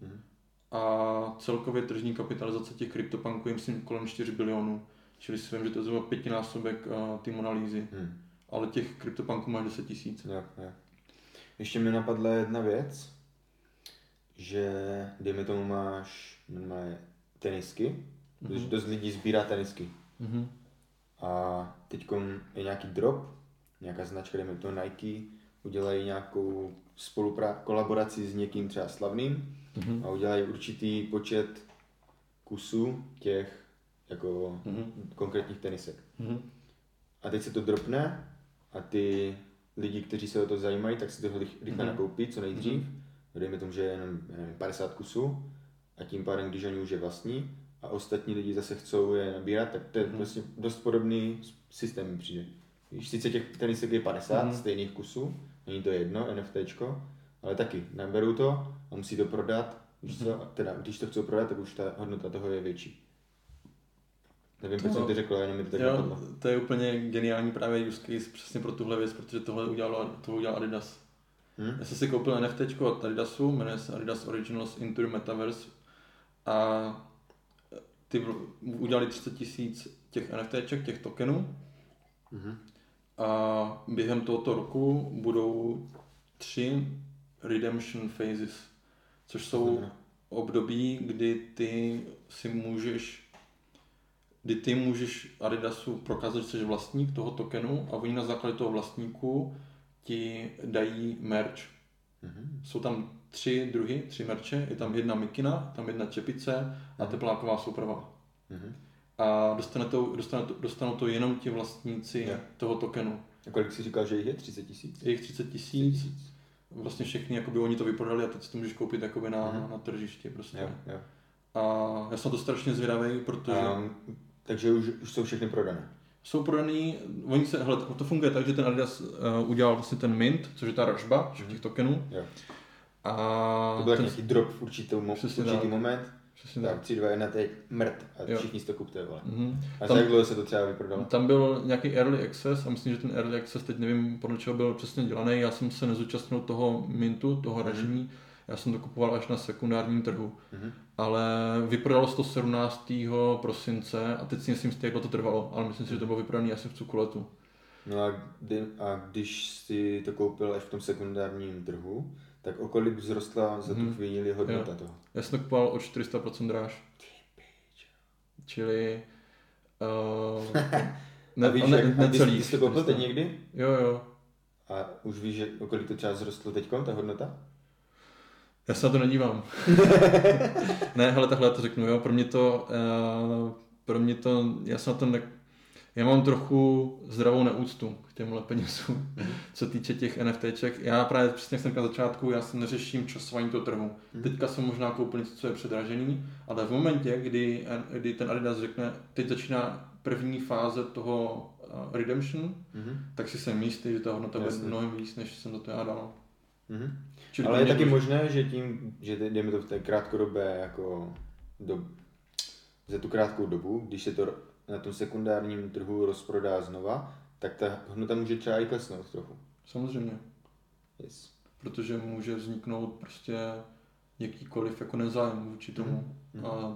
A celkově tržní kapitalizace těch CryptoPunků je myslím kolem 4 bilionů. Čili si vím, že to je zhruba 5násobek ty Mona Lisy. Ale těch CryptoPunků máš 10 000. Jo. Ještě mi napadla jedna věc, že dejme tomu máš tenisky, protože dost lidí sbírá tenisky. A teď je nějaký drop, nějaká značka, dejme to Nike, udělají nějakou kolaboraci s někým třeba slavným a udělají určitý počet kusů těch jako konkrétních tenisek. A teď se to dropne a ty lidi, kteří se o to zajímají, tak si to rychle nakoupí co nejdřív. Dejme tomu, že je jenom 50 kusů a tím pádem, když oni už je vlastní a ostatní lidi zase chcou je nabírat, tak to je vlastně dost podobný systém mi přijde. Víš, sice těch tenisek je 50 stejných kusů, není to jedno NFTčko, ale taky naberou to a musí to prodat, když to chcou prodat, tak už ta hodnota toho je větší. Nevím, proč jsem ty řekl, jenom mi to tak napadlo. To je úplně geniální právě use case přesně pro tuhle věc, protože tohle udělal Adidas. Já jsem si koupil NFTčko od Adidasu, jmenuje se Adidas Originals Into the Metaverse a udělali 30 000 těch NFTček, těch tokenů a během tohoto roku budou 3 redemption phases, což jsou období, kdy ty můžeš Adidasu prokázat, že jsi vlastník toho tokenu a oni na základě toho vlastníku ti dají merch. Jsou tam 3 druhy, 3 merče, je tam jedna mikina, tam jedna čepice a tepláková souprava. A dostanou to jenom ti vlastníci toho tokenu. A kolik jsi říkal, že jich je? 30 000? Je jich 30 000. Vlastně všechny, jakoby oni to vyprodali a teď si to můžeš koupit jakoby na tržišti prostě. Jo. A já jsem na to strašně zvědavý, protože... Takže už jsou všechny prodané. Jsou prodaný, to funguje tak, že ten Adidas udělal vlastně ten mint, což je ta ražba těch tokenů. Jo. A to byl nějaký drop v určitý moment. Přesně tak. 3, 2, 1, teď mrt a všichni si to kupte, vole. A tam, jak dlouho se to třeba vyprodalo? Tam byl nějaký early access a myslím, že ten early access, teď nevím, podle čeho byl přesně dělaný, já jsem se nezúčastnil toho mintu, toho ražení, já jsem to kupoval až na sekundárním trhu. Ale vyprodalo se to 17. prosince a teď si myslím, jak to trvalo, ale myslím si, že to bylo vyprodané asi v Cukuletu. No a když si to koupil až v tom sekundárním trhu, tak o kolik vzrostla za tu chvíli hodnota toho? Já jsem to kupoval o 400% dráž. Čili... Ty jsi to koupil teď někdy? Jo. A už víš, že o kolik to třeba vzrostlo teďkom, ta hodnota? Já se na to nedívám. Ne, hele, takhle to řeknu, jo. Pro mě to, já mám trochu zdravou neúctu k těmhle penězům, co týče těch NFTček. Já právě přesně jsem na začátku, já se neřeším časování toho trhu. Teďka jsem možná koupil něco, co je předražený, ale v momentě, kdy ten Adidas řekne, teď začíná první fáze toho redemption, tak si jsem jistý, že ta hodnota bude mnohem víc, než jsem za to já dal. Ale je taky možné, že tím, že jdeme to v té krátkodobé jako za tu krátkou dobu, když se to na tom sekundárním trhu rozprodá znova, tak ta hodnota může třeba i klesnout trochu. Samozřejmě. Yes. Protože může vzniknout prostě jakýkoliv jako nezájem vůči tomu. A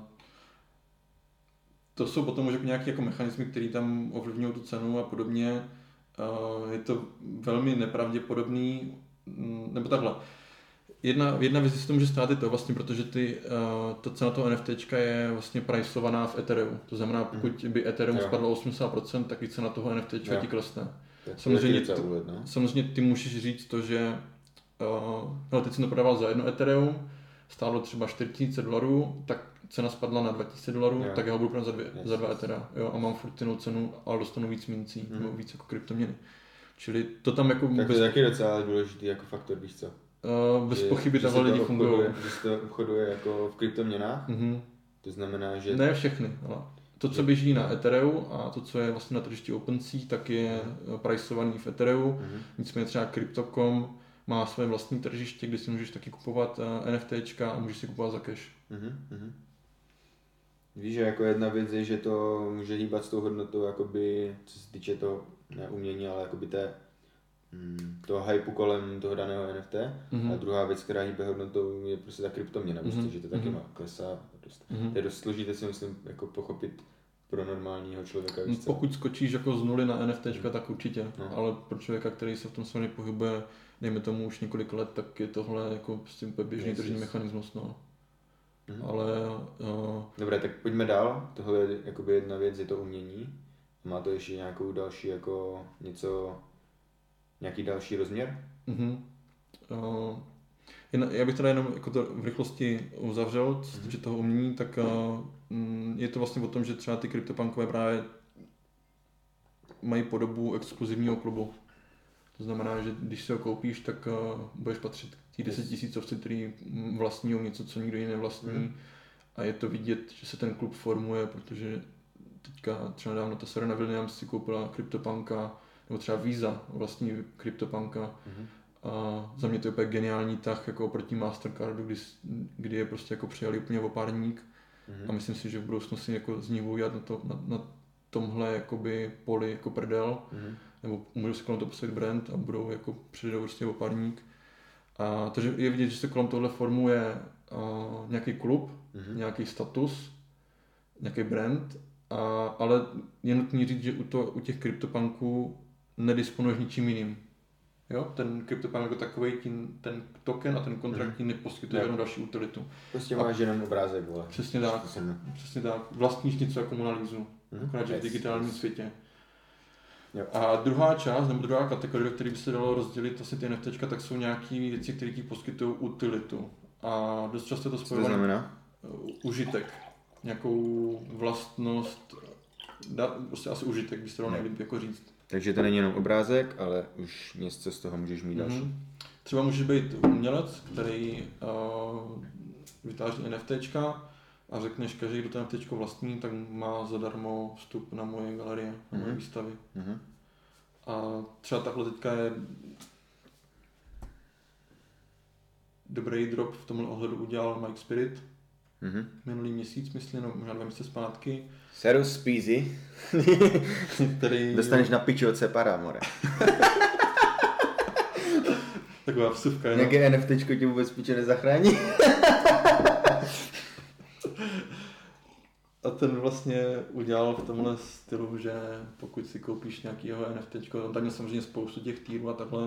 to jsou potom už nějaké jako mechanismy, které tam ovlivňují tu cenu a podobně. Je to velmi nepravděpodobný, nebo takhle. Jedna věc, jestli to může stát, je to vlastně, protože ta cena toho NFTčka je vlastně priceovaná v Ethereum. To znamená, pokud by Ethereum spadlo 80%, tak i cena toho NFTčka ti klesne. Samozřejmě ty můžeš říct to, že teď jsem to prodával za 1 Ethereum, stálo třeba $4000, tak cena spadla na $2000, tak já ho budu prodat za 2 Ethera. Jo, a mám furt stejnou cenu, ale dostanu víc mincí, nebo víc jako kryptoměny. Čili to tam jako... Tak to je taky docela důležitý jako faktor, víš co? Bez pochyby takhle lidi fungují. Když to obchoduje jako v kryptoměnách, to znamená, že... Ne všechny, ale to, co běží na Ethereum a to, co je vlastně na tržišti OpenSea, tak je priceovaný v Ethereum. Nicméně třeba Crypto.com má své vlastní tržiště, kde si můžeš taky kupovat NFTčka a můžeš si kupovat za cash. Víš, že jako jedna věc je, že to může hýbat s tou hodnotou, jakoby, co se týče toho neumění, ale jakoby toho hypu kolem toho daného NFT. A druhá věc, která hýbe hodnotou, je prostě ta kryptoměna, že to taky má klesá. To je dost složité, si myslím, jako pochopit pro normálního člověka. Pokud skočíš jako z nuly na NFTčka, tak určitě, ale pro člověka, který se v tom světě pohybuje, dejme tomu už několik let, tak je tohle jako prostě běžný tržní mechanismus. No. Ale... Dobré, tak pojďme dál. Tohle je jakoby jedna věc, je to umění. Má to ještě nějakou další jako nějaký další rozměr? Já bych teda jenom jako to v rychlosti uzavřel, co se týče toho umění, tak je to vlastně o tom, že třeba ty kryptopunkové právě mají podobu exkluzivního klubu. To znamená, že když si ho koupíš, tak budeš patřit k 10 000, který vlastní něco, co nikdo jiný nevlastní. A je to vidět, že se ten klub formuje, protože teďka třeba nedávno ta Serena Williams si koupila CryptoPunka, nebo třeba Visa vlastní CryptoPunka. A za mě to je úplně geniální tah jako oproti Mastercardu, kdy je prostě jako přijali úplně opárník. A myslím si, že v budoucnosti jako z nich budou dělat na tomhle jakoby poli jako prdel. Nebo můžou si kolem toho postavit brand a budou jako přijdou prostě opárník. A takže je vidět, že se kolem tohle formuje nějaký klub, nějaký status, nějaký brand, ale je nutný říct, že u těch CryptoPunků nedisponuješ ničím jiným. Jo? Ten CryptoPunk jako takový, ten token a ten kontrakt ti neposkytuje jenom další utilitu. Prostě máš jenom obrázek, vole. Přesně tak. Přesně tak. Vlastníš něco jako Mona Lisu, akorát, že v digitálním světě. Jo. A druhá část, nebo druhá kategorie, do které by se dalo rozdělit asi ty NFTčka, tak jsou nějaké věci, které ti poskytují utilitu. A dost často to spojuje. Co to znamená? Užitek. Nějakou vlastnost, prostě asi užitek, by se dalo nejlíp jako říct. Takže to není jenom obrázek, ale už něco z toho můžeš mít další. Třeba můžeš být umělec, který vytváří NFTčka a řekneš, každý, kdo to NFTčko vlastní, tak má zadarmo vstup na moje galerie, na moje výstavy. A třeba takhle teďka je dobrý drop v tomhle ohledu udělal Mike Spirit. Minulý měsíc, myslím, no, možná 2 měsíce zpátky. Serus Speezy. Který... Dostaneš na piči od Separa, more. Taková vsuvka, no. Nějaké NFTčko tě vůbec piče nezachrání. A ten vlastně udělal v tomhle stylu, že pokud si koupíš nějaký jeho NFTčko, tam je samozřejmě spoustu těch týrů a takhle,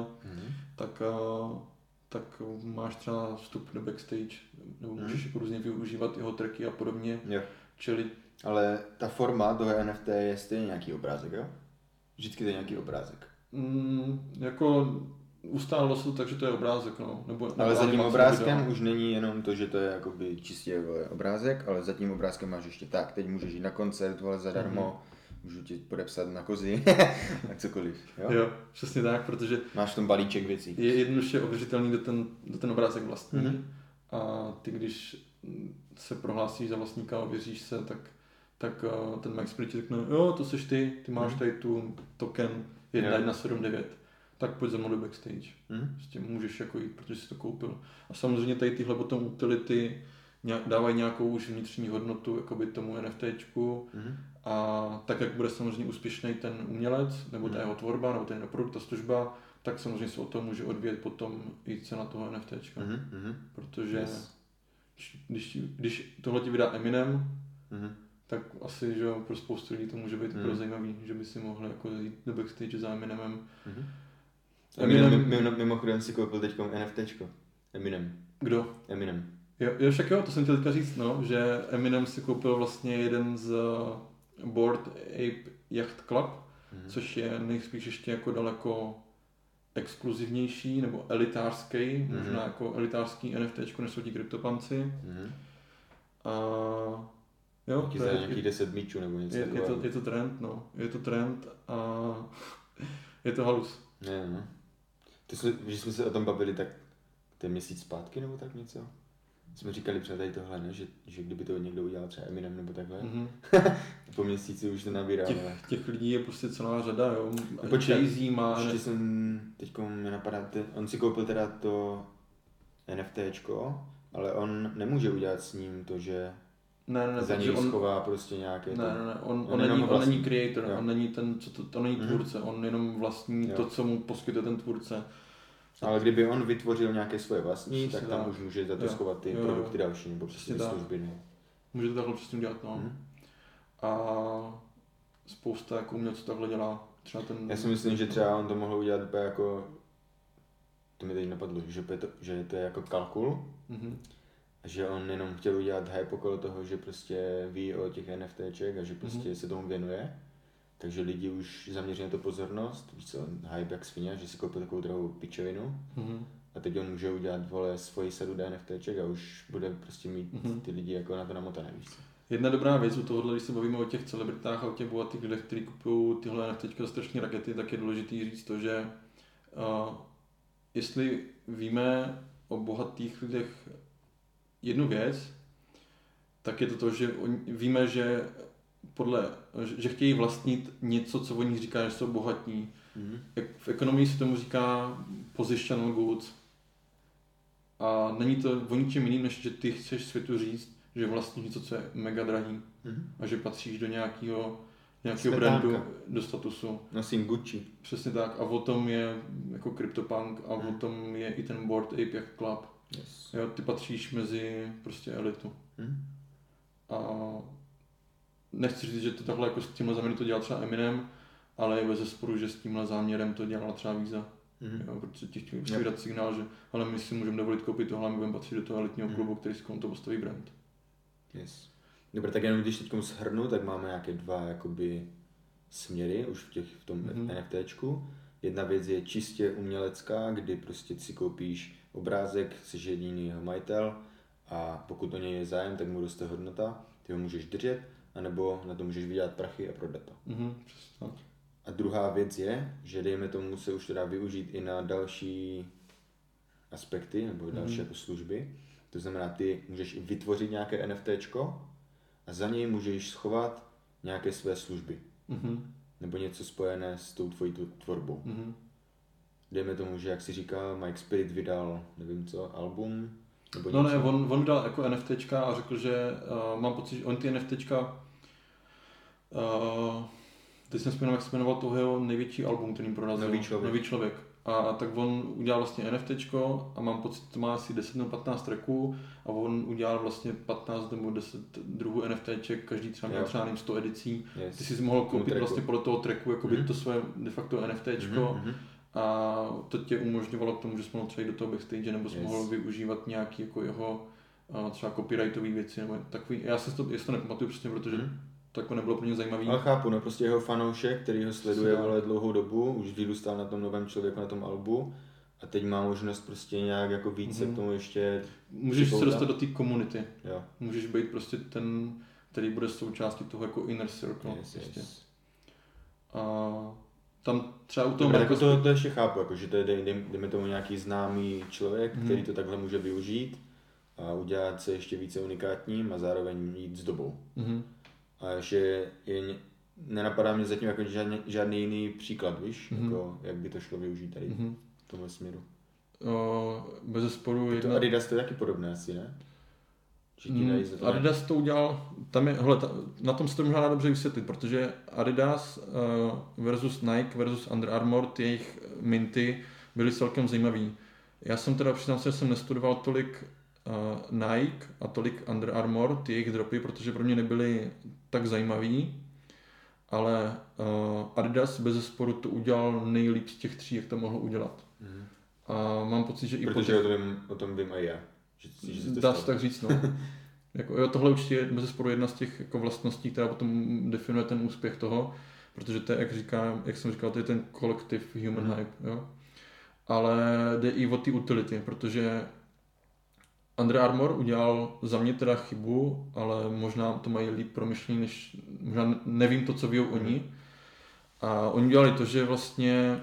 tak máš třeba vstup do backstage, nebo můžeš jako různě využívat jeho tracky a podobně. Jo. Čili... Ale ta forma toho NFT je stejně nějaký obrázek, jo? Vždycky to je nějaký obrázek. Jako ustálilo se to tak, že to je obrázek, no. Ale za tím obrázkem už není jenom to, že to je jakoby čistě obrázek, ale za tím obrázkem máš ještě tak, teď můžeš jít na koncert, vole, zadarmo, můžu ti podepsat na kozy a cokoliv, jo? Jo, přesně tak, protože máš v tom balíček věcí. Je jednoduše ověřitelný, do ten obrázek vlastní a ty, když se prohlásíš za vlastníka a ověříš se, tak ten Mike Spirit ti řekne, jo, to seš ty máš tady tu token 1179. Tak pojď za mnou do backstage. S tím můžeš jako jít, protože jsi to koupil. A samozřejmě tady tyhle potom utility dávají nějakou už vnitřní hodnotu jakoby tomu NFTčku a tak, jak bude samozřejmě úspěšný ten umělec, nebo ta jeho tvorba, nebo ten produkt, ta služba, tak samozřejmě se o tom může odvíjet potom i cena toho NFTčka. Protože když tohle ti vydá Eminem, tak asi, že pro spoustu lidí to může být jako zajímavý, že by si mohli jako jít do backstage za Eminemem. Mimochodem si koupil teďkom NFTčko. Eminem. Kdo? Eminem. Jo, však jo, to jsem chtěl teďka říct, no, že Eminem si koupil vlastně jeden z Bored Ape Yacht Club, což je nejspíš ještě jako daleko exkluzivnější nebo elitářský, možná jako elitářský NFTčko, než jsou ti kryptopanci. A jo, to je nějaký 10 míčů nebo něco takového. Je to trend, no. Je to trend a je to halus. No. Když jsme se o tom bavili, tak ten měsíc zpátky nebo tak něco? Jsme říkali třeba tady tohle, ne? Že kdyby to někdo udělal třeba Eminem nebo takhle. Po měsíci už to nabírá. Těch lidí je prostě celá řada, jo. Jay-Z má... Ještě jsem, teďko mě napadá, on si koupil teda to NFTčko, ale on nemůže udělat s ním to, že za něj schová prostě nějaké... On není creator, on není ten, on není tvůrce, on jenom vlastní to, co mu poskytuje ten tvůrce. Ale kdyby on vytvořil nějaké svoje vlastní, tak tam už může za to schovat ty produkty další, nebo prostě služby. Ne? Může to takhle přesně udělat, no. A spousta jako umělců takhle dělá. Třeba ten... Já si myslím, že třeba on to mohl udělat úplně jako... To mi teď napadlo, že to je jako kalkul. Že on jenom chtěl udělat hype okolo toho, že prostě ví o těch NFTček a že prostě se tomu věnuje. Takže lidi už zaměří na to pozornost, víš co, hype jak svině, že si koupil takovou drahou pičovinu a teď on může udělat, vole, svoji sadu NFTček a už bude prostě mít ty lidi jako na to namotané, víš co. Jedna dobrá věc u tohohle, když se bavíme o těch celebritách a o těch bohatých lidech, kteří kupují tyhle NFTčka za strašné rakety, tak je důležité říct to, že jestli víme o bohatých lidech jednu věc, tak je to, že víme, že že chtějí vlastnit něco, co oni říkají, že jsou bohatní. V ekonomii se tomu říká positional goods. A není to o ničem jiným, než že ty chceš světu říct, že vlastníš něco, co je mega drahý. A že patříš do nějakého brandu, do statusu. Nosím Gucci. Přesně tak. A o tom je jako CryptoPunk a o tom je i ten Bored Ape Yacht Club. Yes. Jo, ty patříš mezi prostě elitu. A nechci říct, že to takhle jako s tímhle záměrem to dělal třeba Eminem, ale je bezesporu, že s tímhle záměrem to dělala třeba Visa. Jo, protože ti chtěli dát signál, že ale my si můžeme dovolit koupit tohle, my budeme patřit do toho elitního klubu, který si kolem toho postaví brand. Yes. Dobře, tak jenom když teď shrnu, tak máme nějaké dva jakoby směry už v tom NFTčku. Jedna věc je čistě umělecká, kdy prostě si koupíš obrázek, jsi jediný jeho majitel a pokud o něj je zájem, tak mu roste hodnota, ty ho můžeš držet, anebo na to můžeš vydělat prachy a prodat to. Přesně. A druhá věc je, že dejme tomu se už teda využít i na další aspekty nebo další jako služby. To znamená, ty můžeš i vytvořit nějaké NFTčko a za něj můžeš schovat nějaké své služby. Nebo něco spojené s tou tvojí tvorbou. Dejme tomu, že jak si říkal, Mike Spirit vydal, nevím co, album? Nebo no něco? Ne, on vydal jako NFTčka a řekl, že mám pocit, že on ty NFTčka teď jsem vzpomínal, jak se jmenoval toho jeho největší album, který prodal Nový člověk. A tak on udělal vlastně NFTčko a mám pocit, to má asi 10 nebo 15 tracků a on udělal vlastně 15 nebo 10 druhů NFTček, každý třeba měl třeba 100 edicí. Ty si mohl koupit vlastně podle toho tracku jakoby to své de facto NFTčko a to tě umožňovalo k tomu, že jsi mohl třeba jít do toho backstage nebo jsi mohl využívat nějaký jako jeho třeba copyrightový věci nebo takový. Já si to nepamatuju přesně, protože to jako nebylo pro mě zajímavý. Ale chápu, no prostě jeho fanoušek, který ho sleduje ale dlouhou dobu, už vyrůstal na tom novém člověku, na tom albu a teď má možnost prostě nějak jako více k tomu ještě můžeš se dostat do té komunity. Jo. Můžeš být prostě ten, který bude součástí toho jako inner circle. Prostě. A tam třeba u toho... Jako to ještě chápu, jako, že to je dejme tomu nějaký známý člověk, který to takhle může využít a udělat se ještě více unikátním a zároveň jít s dobou. A že nenapadá mě zatím jako žádný jiný příklad, víš, jako, jak by to šlo využít tady v tomhle směru. Bezesporu To Adidas to je taky podobné asi, ne? Adidas to udělal, na tom se to možná dobře vysvětlit, protože Adidas versus Nike versus Under Armour, ty jejich minty byly celkem zajímavý. Já jsem teda přiznám se, že jsem nestudoval tolik Nike a tolik Under Armour, ty jejich dropy, protože pro mě nebyly tak zajímavý, ale Adidas bezesporu to udělal nejlíp z těch tří, jak to mohl udělat. A mám pocit, že i protože o tom vím i já. Dá se tak říct, no. Jako, tohle určitě je bezesporu jedna z těch jako vlastností, která potom definuje ten úspěch toho, protože to je, jak jsem říkal, to je ten kolektiv human hype, jo. Ale jde i o ty utility, protože Under Armour udělal za mě teda chybu, ale možná to mají líp promyšlený, než možná nevím to, co ví oni. A oni udělali to, že vlastně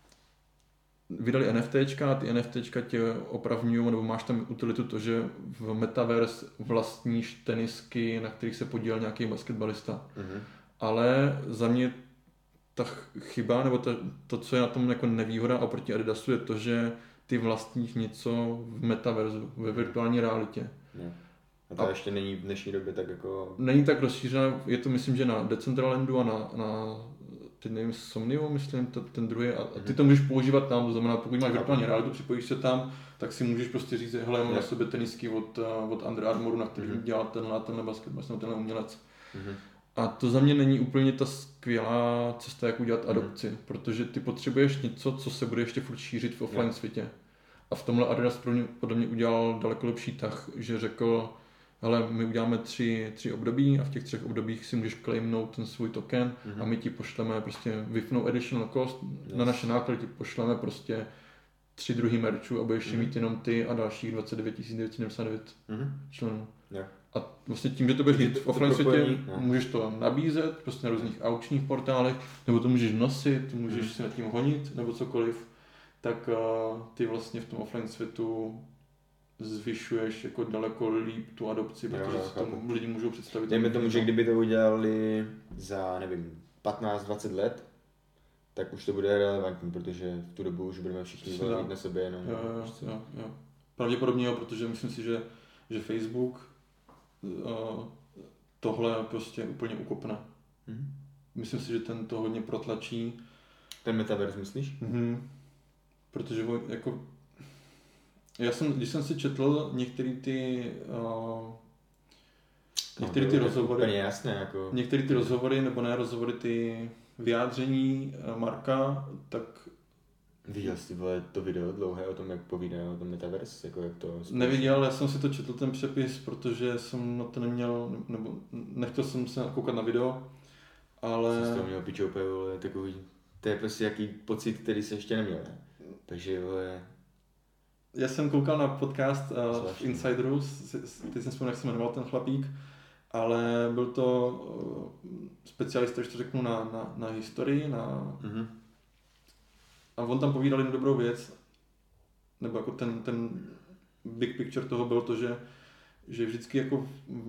vydali NFTčka a ty NFTčka tě opravňují, nebo máš tam utilitu to, že v Metaverse vlastníš tenisky, na kterých se podílel nějaký basketbalista. Ale za mě ta chyba, nebo to, co je na tom jako nevýhoda oproti Adidasu, je to, že ty vlastníš něco v metaverzu, ve virtuální realitě. A to ještě není v dnešní době tak jako... Není tak rozšířené, je to myslím, že na Decentralandu a na teď nevím, Somniu, myslím, ten druhý, a ty to můžeš používat tam, to znamená, pokud máš virtuální realitu, připojíš se tam, tak si můžeš prostě říct, hele, mám na sobě tenisky od Under Armouru, na kterým dělá tenhle basketbal, tenhle umělec. A to za mě není úplně ta skvělá cesta, jak udělat adopci, protože ty potřebuješ něco, co se bude ještě furt šířit v offline světě. A v tomhle Adidas podle mě udělal daleko lepší tah, že řekl, hele, my uděláme tři období a v těch 3 obdobích si můžeš claimnout ten svůj token a my ti pošleme prostě with no additional cost, na naše náklady ti pošleme prostě 3 druhý merčů a budeš mít jenom ty a dalších 29 999 členů. A vlastně tím, že to budeš mít v offline světě, můžeš to nabízet prostě na různých aukčních portálech, nebo to můžeš nosit, můžeš si nad tím honit, nebo cokoliv, tak ty vlastně v tom offline světu zvyšuješ jako daleko líp tu adopci, protože si tomu lidi můžou představit. Dejme tomu, že kdyby to udělali za, nevím, 15-20 let, tak už to bude relevantní, protože v tu dobu už budeme všichni mít na sobě jenom. Jo. Pravděpodobně jo, protože myslím si, že Facebook tohle prostě úplně ukopne. Myslím si, že ten to hodně protlačí. Ten metaverse myslíš? Protože jako když jsem si četl některé ty některé ty rozhovory, úplně jasné, jako... některé ty rozhovory, nebo ne rozhovory, ty vyjádření Marka, tak... Viděl jsi to video dlouhé o tom, jak povídá o tom Metaverse, jako jak to... Neviděl, já jsem si to četl ten přepis, protože jsem na to neměl, nebo nechtěl jsem se koukat na video, ale... Jsem z toho měl pičou úplně, takový... To je prostě jaký pocit, který se ještě neměl, ne? Takže, vole... Já jsem koukal na podcast v Insideru, teď jsem vzpomněl, jak se jmenoval ten chlapík, ale byl to specialista, když to řeknu, na historii, a on tam povídal jednu dobrou věc, nebo jako ten big picture toho byl to, že vždycky jako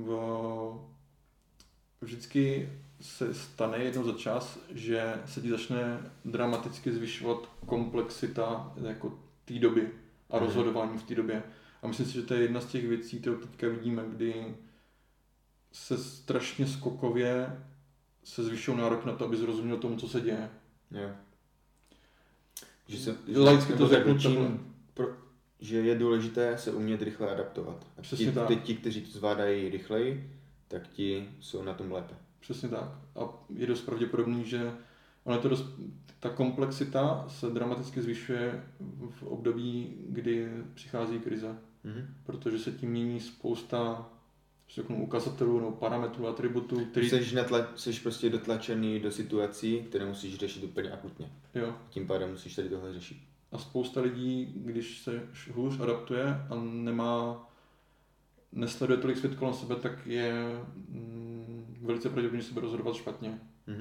vždycky se stane jednou za čas, že se ti začne dramaticky zvyšovat komplexita jako té doby a rozhodování v té době. A myslím si, že to je jedna z těch věcí, kterou teďka vidíme, kdy se strašně skokově se zvyšují nárok na to, aby zrozuměl tomu, co se děje. Jo. Laicky to řeknu že je důležité se umět rychle adaptovat. A ti, kteří to zvládají rychleji, tak ti jsou na tom lépe. Přesně tak. A je dost pravděpodobný, že ta komplexita se dramaticky zvyšuje v období, kdy přichází krize. Protože se tím mění spousta ukazatelů nebo parametrů, atributů, který... Jsi prostě dotlačený do situací, které musíš řešit úplně akutně. Jo. Tím pádem musíš tady tohle řešit. A spousta lidí, když se hůř adaptuje a nesleduje tolik svět kolem sebe, tak je velice pravděpodobně, že se bude rozhodovat špatně.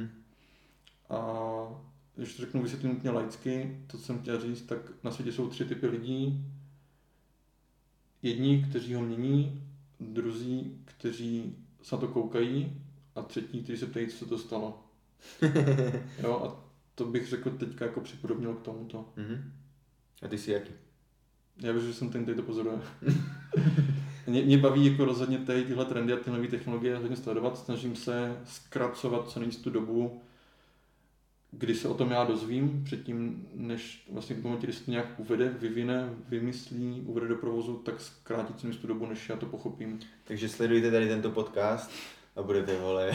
A když to řeknu vysvětlím úplně laicky, to, co jsem chtěl říct, tak na světě jsou 3 typy lidí. Jedni, kteří ho mění, druzí, kteří se na to koukají, a třetí, kteří se ptají, co se to stalo. Jo, a to bych řekl teďka jako připodobnil k tomuto. A ty jsi jaký? Já vím, že jsem ten, který to pozoruje. Mě baví jako rozhodně tyhle trendy a ty nové technologie hodně sledovat. Snažím se zkracovat co nejvíc tu dobu, kdy se o tom já dozvím, předtím, než vlastně v momentě, kdy se to nějak vyvine, vymyslí, uvede do provozu, tak zkrátit co nejvíc tu dobu, než já to pochopím. Takže sledujte tady tento podcast a budete, vole,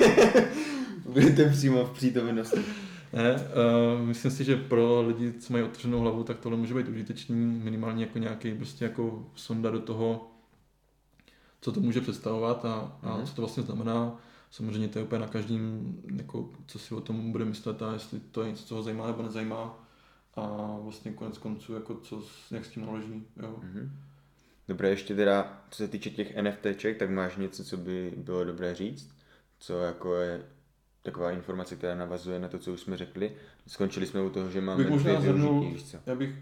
budete přímo v přítomnosti. Ne, myslím si, že pro lidi, co mají otevřenou hlavu, tak tohle může být užitečný, minimálně jako nějaký prostě jako sonda do toho, co to může představovat a co to vlastně znamená. Samozřejmě to je úplně na každém, jako, co si o tom bude myslet a jestli to je něco, co ho zajímá nebo nezajímá. A vlastně konec konců, jako jak s tím naloží. Jo. Dobré, ještě teda, co se týče těch NFTček, tak máš něco, co by bylo dobré říct? Co jako je taková informace, která navazuje na to, co už jsme řekli. Skončili jsme u toho, že máme dvě využití, víš co?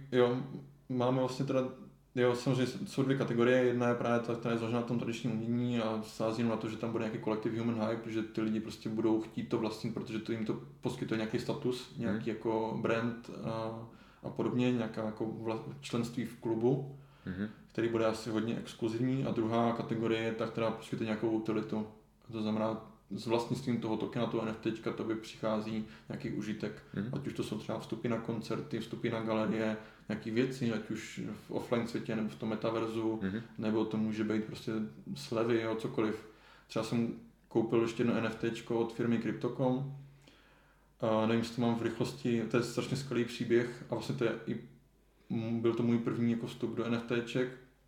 Máme vlastně teda, samozřejmě jsou 2 kategorie. Jedna je právě ta, která je založena na tom tradičním umění a sází na to, že tam bude nějaký kolektiv human hype, že ty lidi prostě budou chtít to vlastnit, protože to jim to poskytuje nějaký status, nějaký jako brand a podobně, nějaká jako členství v klubu, který bude asi hodně exkluzivní. A druhá kategorie je ta, která poskytuje nějakou utilitu. To znamená, s vlastnictvím toho tokena, toho NFTčka, to by přichází nějaký užitek. Ať už to jsou třeba vstupy na koncerty, vstupy na galerie, nějaké věci, ať už v offline světě nebo v tom metaverzu, nebo to může být prostě slevy, jo, cokoliv. Třeba jsem koupil ještě jedno NFTčko od firmy Crypto.com. Nevím, jestli to mám v rychlosti, to je strašně skvělý příběh a vlastně byl to můj první jako vstup do NFTček.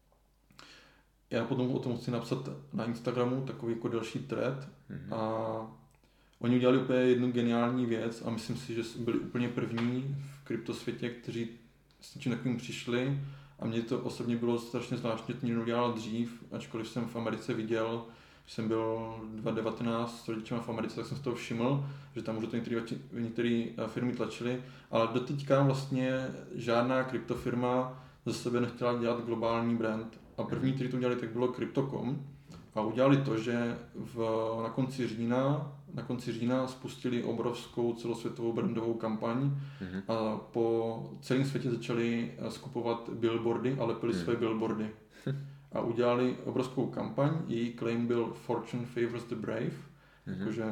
Já potom o tom chci napsat na Instagramu takový jako další thread a oni udělali úplně jednu geniální věc a myslím si, že byli úplně první v kryptosvětě, kteří s něčím takovým přišli a mně to osobně bylo strašně zvláštně, to někdo udělal dřív, ačkoliv jsem v Americe viděl, když jsem byl 2019 s rodičema v Americe, tak jsem z toho všiml, že tam už to některé firmy tlačily, ale doteďka vlastně žádná kryptofirma ze sebe nechtěla dělat globální brand. A první, kteří to udělali, tak bylo Crypto.com a udělali to, že na konci října spustili obrovskou celosvětovou brandovou kampaň a po celém světě začali skupovat billboardy a lepili své billboardy. A udělali obrovskou kampaň, její claim byl Fortune favors the brave, jakože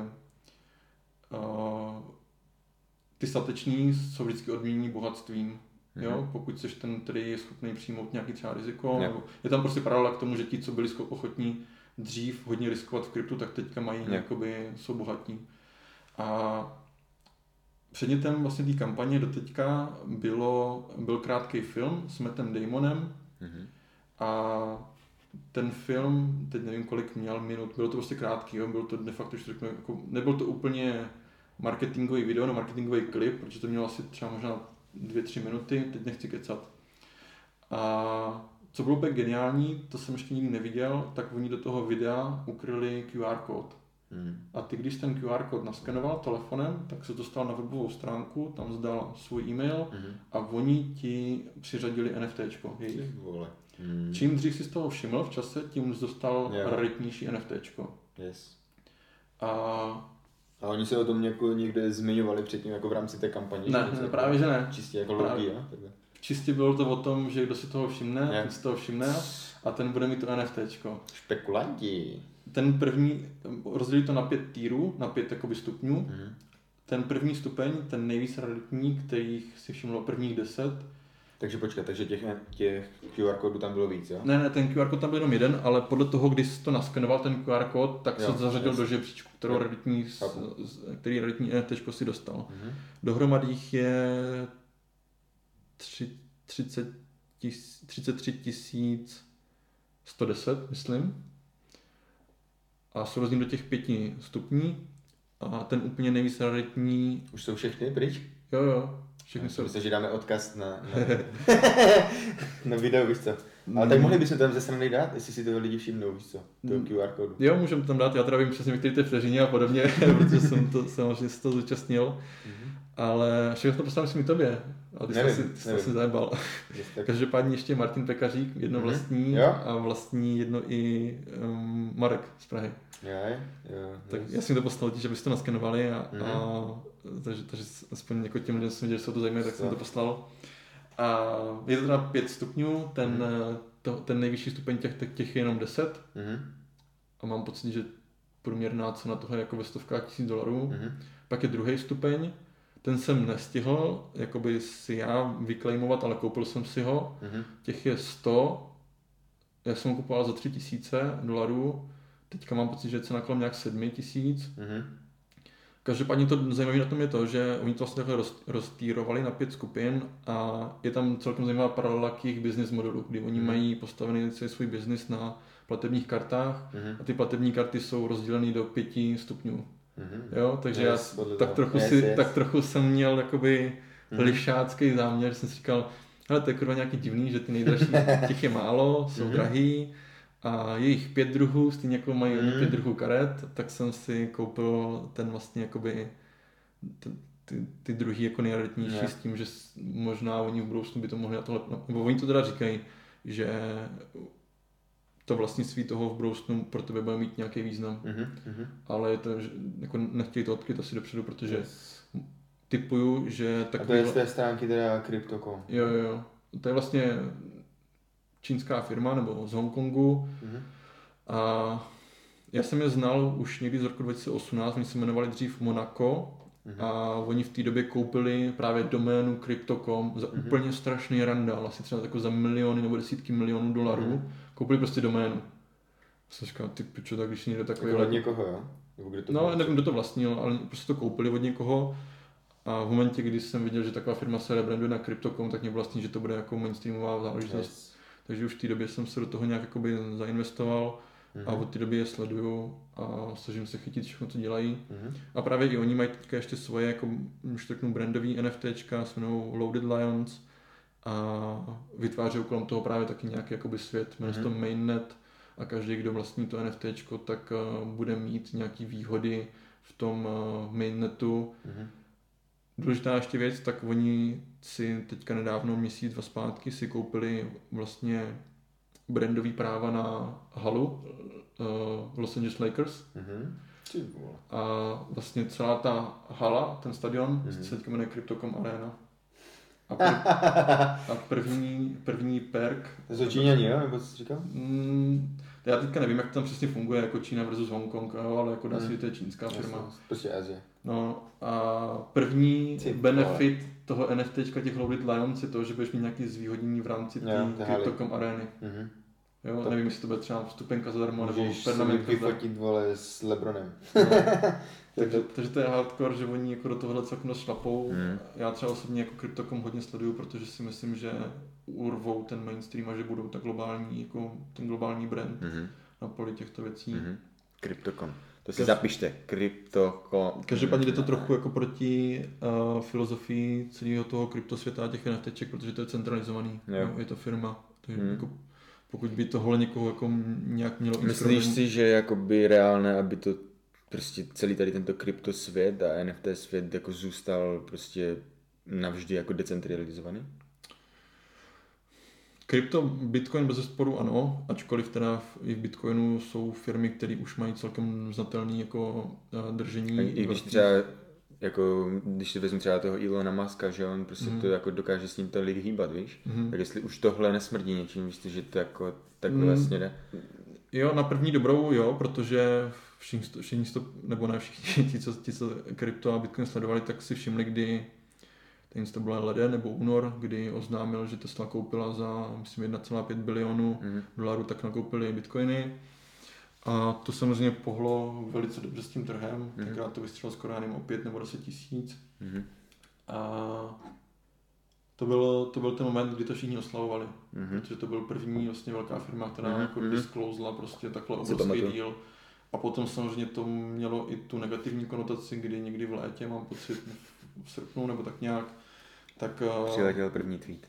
ty stateční jsou vždycky odměnění bohatstvím. Jo, pokud jsi ten, který je schopný přijmout nějaký třeba riziko, nebo je tam prostě paralela k tomu, že ti, co byli ochotní dřív hodně riskovat v kryptu, tak teďka mají jakoby, jsou bohatí. A předmětem vlastně té kampaně doteďka byl krátký film s Mattem Damonem a ten film, teď nevím kolik měl minut, bylo to prostě krátký, jo? Bylo to de facto, jako, nebyl to úplně marketingový video, no marketingový klip, protože to mělo asi třeba možná 2-3 minuty, teď nechci kecat. A co bylo úplně geniální, to jsem ještě nikdy neviděl, tak oni do toho videa ukryli QR kód. A ty, když ten QR kód naskenoval telefonem, tak se dostal na webovou stránku, tam zdal svůj e-mail a oni ti přiřadili NFTčko. Čím dřív si z toho všiml v čase, tím dostal raritnější NFTčko. Yes. A oni se o tom někde zmiňovali předtím jako v rámci té kampaně? Ne, právě že ne. Čistě jako logi, jo? Čistě bylo to o tom, že kdo si toho všimne, ten si toho všimne a ten bude mít to NFTčko. Špekulanti. Ten první, rozdělí to na 5 tírů, na 5 jakoby stupňů. Ten první stupeň, ten nejvíc raritní, kterých si všimlo prvních 10. Takže počkat, takže těch QR kódů tam bylo víc, jo? Ne, ten QR kód tam byl jenom jeden, ale podle toho, když jsi to naskenoval, ten QR kód, tak se zařadil do žebříčku, který raritní NFTčko si dostal. Dohromady jich je 33 110, myslím. A jsou rozdíl do těch 5 stupní. A ten úplně nejvíc raritní... Už jsou všechny pryč? Jo. Všechny jsou. Myslím, že dáme odkaz na video, víš co. Ale tak mohli bychom tam ze strany dát, jestli si to lidi všimnou, víš co, toho QR kódu. Jo, můžeme tam dát, já teda vím přesně, který ty vteřině a podobně, protože jsem to samozřejmě se to zúčastnil. Ale všechno to postavím si mi tobě, ale ty jsi asi zajebal. Každopádně ještě Martin Pekařík, jedno vlastní a vlastní jedno i Marek z Prahy. Tak já jsem to poslal, že byste to naskenovali takže aspoň jako těm lidem jsem viděl, že se o to zajímavé, tak jsem to poslal. A je to teda 5 stupňů, ten nejvyšší stupeň těch je jenom 10 a mám pocit, že průměrná cena toho je jako ve stovkách $1000. Pak je druhý stupeň, ten jsem nestihl jakoby si já vyklejmovat, ale koupil jsem si ho. Těch je 100, já jsem ho kupoval za $3000, teďka mám pocit, že je cena kolem nějak 7000. Každopádně to zajímavé na tom je to, že oni to vlastně takhle roztýrovali na 5 skupin a je tam celkem zajímavá paralela k jejich business modelu, kdy oni mají postavený svůj business na platebních kartách a ty platební karty jsou rozděleny do 5 stupňů. Jo, takže já tak trochu jsem měl jakoby lišácký záměr, jsem si říkal, hele, to je kurva nějaký divný, že ty nejdražší, těch je málo, jsou drahý a je jich 5 druhů, stejně jako mají 5 druhů karet, tak jsem si koupil ten vlastně jakoby ty druhý jako nejraritnější s tím, že možná oni v budoucnu by to mohli na tohle, nebo oni to teda říkají, že to vlastnictví toho v budoucnu pro tebe bude mít nějaký význam. Ale to, jako nechtějí to odkryt asi dopředu, protože typuju, že takový... A to je z té stránky teda Crypto.com. Jo. To je vlastně čínská firma, nebo z Hongkongu. A já jsem je znal už někdy z roku 2018, oni se jmenovali dřív Monaco a oni v té době koupili právě doménu Crypto.com za úplně strašný randál, asi třeba jako za miliony nebo desítky milionů $. Koupili prostě doménu. Jsem říkal, ty pičo, tak když někdo takový... Jako od někoho, jo? No, nevím, kdo to vlastnil, ale prostě to koupili od někoho. A v momentě, kdy jsem viděl, že taková firma se rebranduje na Crypto.com, tak mě vlastně, že to bude jako mainstreamová záležitost. Takže už v té době jsem se do toho nějak jakoby zainvestoval a od té doby je sleduju a snažím se chytit všechno, co dělají. A právě i oni mají teďka ještě svoje, jako už řeknu, brandový NFTčka, se jmenují Loaded Lions a vytváří kolem toho právě taky nějaký jakoby svět, jmenuje se to Mainnet a každý, kdo vlastní to NFTčko, tak bude mít nějaký výhody v tom Mainnetu. Důležitá ještě věc, tak oni si teďka nedávno, měsíc, 2 zpátky, si koupili vlastně brandový práva na halu Los Angeles Lakers. A vlastně celá ta hala, ten stadion, se teďka jmenuje Crypto.com Arena. A první perk... To jsou Číňani, jo? Nebo co jsi říkal? Já teďka nevím, jak to tam přesně funguje, jako Čína versus Hongkong, ale jako dá se, že to je čínská firma. Prostě Asie. No a první benefit toho NFTčka těch Loaded Lions je to, že budeš mít nějaký zvýhodnění v rámci té Crypto.com arény. Jo, nevím, jestli to bude třeba vstupenka zadarmo, nebo Můžeš si permanentka zadarmo. vyfotit, vole, s Lebronem. No. Takže to je hardcore, že oni jako do tohohle celkem dost šlapou. Já třeba osobně jako Crypto.com hodně sleduju, protože si myslím, že urvou ten mainstream a že budou tak globální, jako ten globální brand na poli těchto věcí. Crypto.com. To si zapište. Crypto.com. Každopádně jde to trochu jako proti filozofii celého toho kryptosvěta a těch NFTček, protože to je centralizovaný. Jo. Je to firma. Takže jako, pokud by tohle někoho jako nějak mělo Myslíš si, že je jakoby reálné, aby to prostě celý tady tento kryptosvět a NFT svět jako zůstal prostě navždy jako decentralizovaný? Krypto, Bitcoin bez sporu ano, ačkoliv teda i v Bitcoinu jsou firmy, které už mají celkem znatelný jako držení. I když třeba jako, když si vezmu třeba toho Elona Muska, že on prostě to jako dokáže s ním tolik hýbat, víš? Tak jestli už tohle nesmrdí něčím, víš, že to jako takhle vlastně jde? Jo, na první dobrou jo, protože všichni nebo ne všichni, ti, co krypto a Bitcoin sledovali, tak si všimli, kdy ten to byl leden nebo únor, kdy oznámil, že Tesla koupila za, myslím, 1,5 bilionu dolarů, tak nakoupili bitcoiny. A to samozřejmě pohlo velice dobře s tím trhem. Tenkrát to vystřelilo skoro jenom o 5 nebo 10 tisíc. A to byl ten moment, kdy to všichni oslavovali. Protože to byl první vlastně velká firma, která jako disclosela prostě takhle obrovský deal. A potom samozřejmě to mělo i tu negativní konotaci, kdy někdy v létě, mám pocit v srpnu nebo tak nějak, tak... Přiletěl první tweet.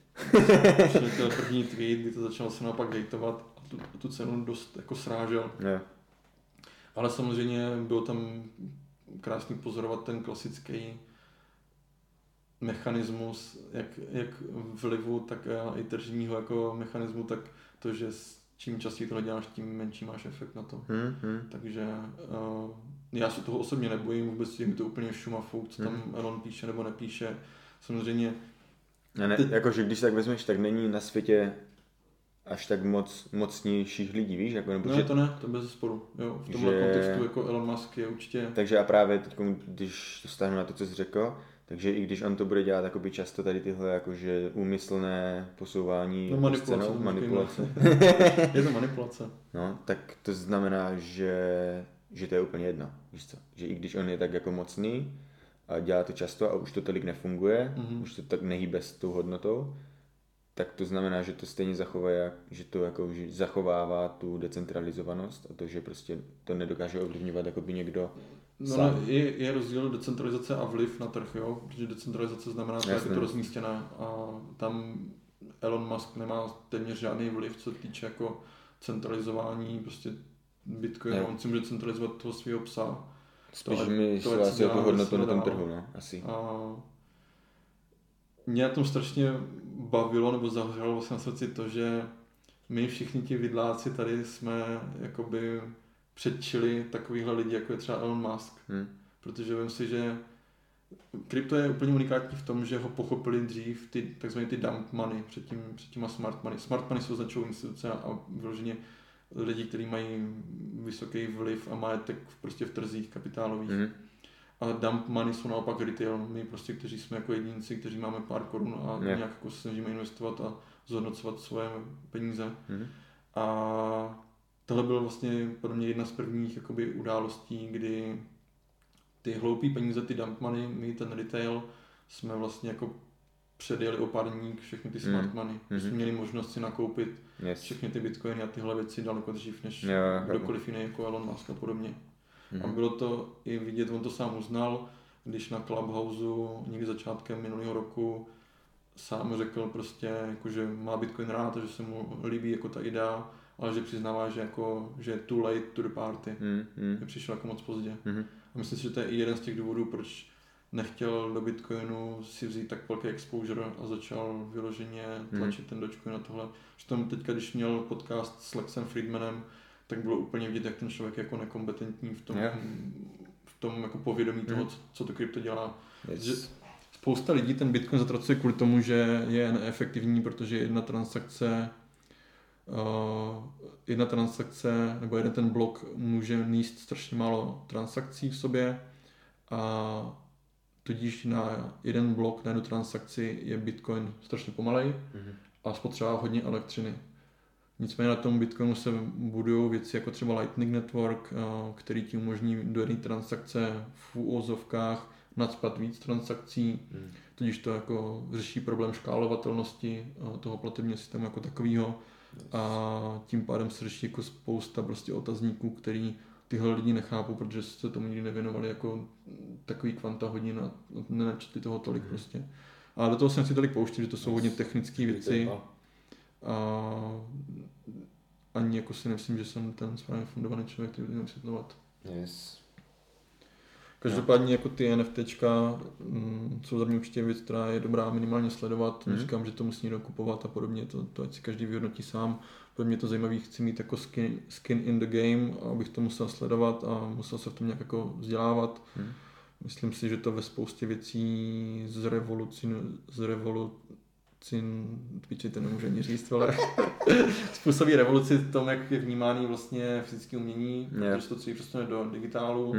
Kdy to začalo se naopak hejtovat a tu cenu dost jako srážel. Yeah. Ale samozřejmě bylo tam krásný pozorovat ten klasický mechanismus, jak vlivu, tak i tržního jako mechanismu, tak to, že čím častěji tohle děláš, tím menší máš efekt na to. Takže já se toho osobně nebojím, vůbec je mi to úplně šum a fouk, co tam Elon píše nebo nepíše. Samozřejmě... Jakože když tak vezmeš, tak není na světě až tak mocnějších lidí, víš? Jako, nebo, no, to bez sporu. Jo, v tomhle kontextu jako Elon Musk je určitě... Takže a právě teď, když to stáhnu na to, co jsi řekl, takže i když on to bude dělat jakoby často tady tyhle jakože úmyslné posouvání manipulace. Je to manipulace. No, tak to znamená, že to je úplně jedno, víš co? Že i když on je tak jako mocný a dělá to často a už to tolik nefunguje, už to tak nehýbe s tou hodnotou, tak to znamená, že to stejně že to jako, že zachovává tu decentralizovanost a to, že prostě to nedokáže ovlivňovat jakoby někdo sám. No, je rozdíl decentralizace a vliv na trh, jo? Protože decentralizace znamená, že je to rozmístěné a tam Elon Musk nemá téměř žádný vliv, co týče jako centralizování prostě Bitcoinu. On si může centralizovat toho svého psa. Spíš mi asi o tu hodnotu na tom trhu, no, asi. Mě na tom strašně bavilo nebo zahřelo vlastně na srdci to, že my všichni ti vidláci tady jsme jakoby předčili takovýhle lidi, jako je třeba Elon Musk. Protože vím si, že krypto je úplně unikátní v tom, že ho pochopili dřív ty takzvané ty dump money před těma smart money. Smart money jsou označují instituce a vyloženě lidi, kteří mají vysoký vliv a majetek prostě v trzích kapitálových. A dump money jsou naopak retail, my prostě, kteří jsme jako jedinci, kteří máme pár korun a nějak jako se snažíme investovat a zhodnocovat svoje peníze. A tohle byl vlastně pro mě jedna z prvních jakoby událostí, kdy ty hloupý peníze, ty dump money, my ten retail jsme vlastně jako předjeli o pár dní všechny ty smart money. Jsme měli možnost si nakoupit všechny ty bitcoiny a tyhle věci daleko dřív než kdokoliv jiný jako Elon Musk a podobně. A bylo to i vidět, on to sám uznal, když na Clubhouse někdy začátkem minulého roku sám řekl prostě, jako, že má Bitcoin rád, že se mu líbí jako ta idea, ale že přiznává, že je too late to the party. Že přišel jako moc pozdě. A myslím si, že to je i jeden z těch důvodů, proč nechtěl do Bitcoinu si vzít tak velký exposure a začal vyloženě tlačit ten Dogecoin na tohle. Že tam teďka, když měl podcast s Lexem Friedmanem, tak bylo úplně vidět, jak ten člověk je jako nekompetentní v tom jako povědomí toho, co to krypto dělá. Že spousta lidí ten Bitcoin zatracuje kvůli tomu, že je neefektivní, protože jedna transakce nebo jeden ten blok může nést strašně málo transakcí v sobě a tudíž na jeden blok, na jednu transakci je Bitcoin strašně pomalej a spotřebuje hodně elektřiny. Nicméně na tom Bitcoinu se budují věci jako třeba Lightning Network, který ti umožní do jedné transakce v úvozovkách nacpat víc transakcí, tudíž to jako řeší problém škálovatelnosti toho platebního systému jako takového a tím pádem se řeší jako spousta prostě otazníků, který tyhle lidi nechápou, protože se tomu nikdy nevěnovali jako takový kvanta hodin a nenačetli toho tolik prostě. Ale do toho se nechci tolik pouštět, že to jsou hodně technické věci. A ani jako si nemyslím, že jsem ten správně fundovaný člověk, který bude vysvětlovat. Yes. Každopádně jako ty NFTčka jsou za mě určitě věc, která je dobrá minimálně sledovat. Neříkám, že to musí někdo kupovat a podobně, to ať si každý vyhodnotí sám. Pro mě je to zajímavý, chci mít jako skin in the game, abych to musel sledovat a musel se v tom nějak jako vzdělávat. Myslím si, že to ve spoustě věcí to nemůže ani říct, ale způsobí revoluci v tom, jak je vnímáný vlastně fyzické umění, protože to celý přesune do digitálu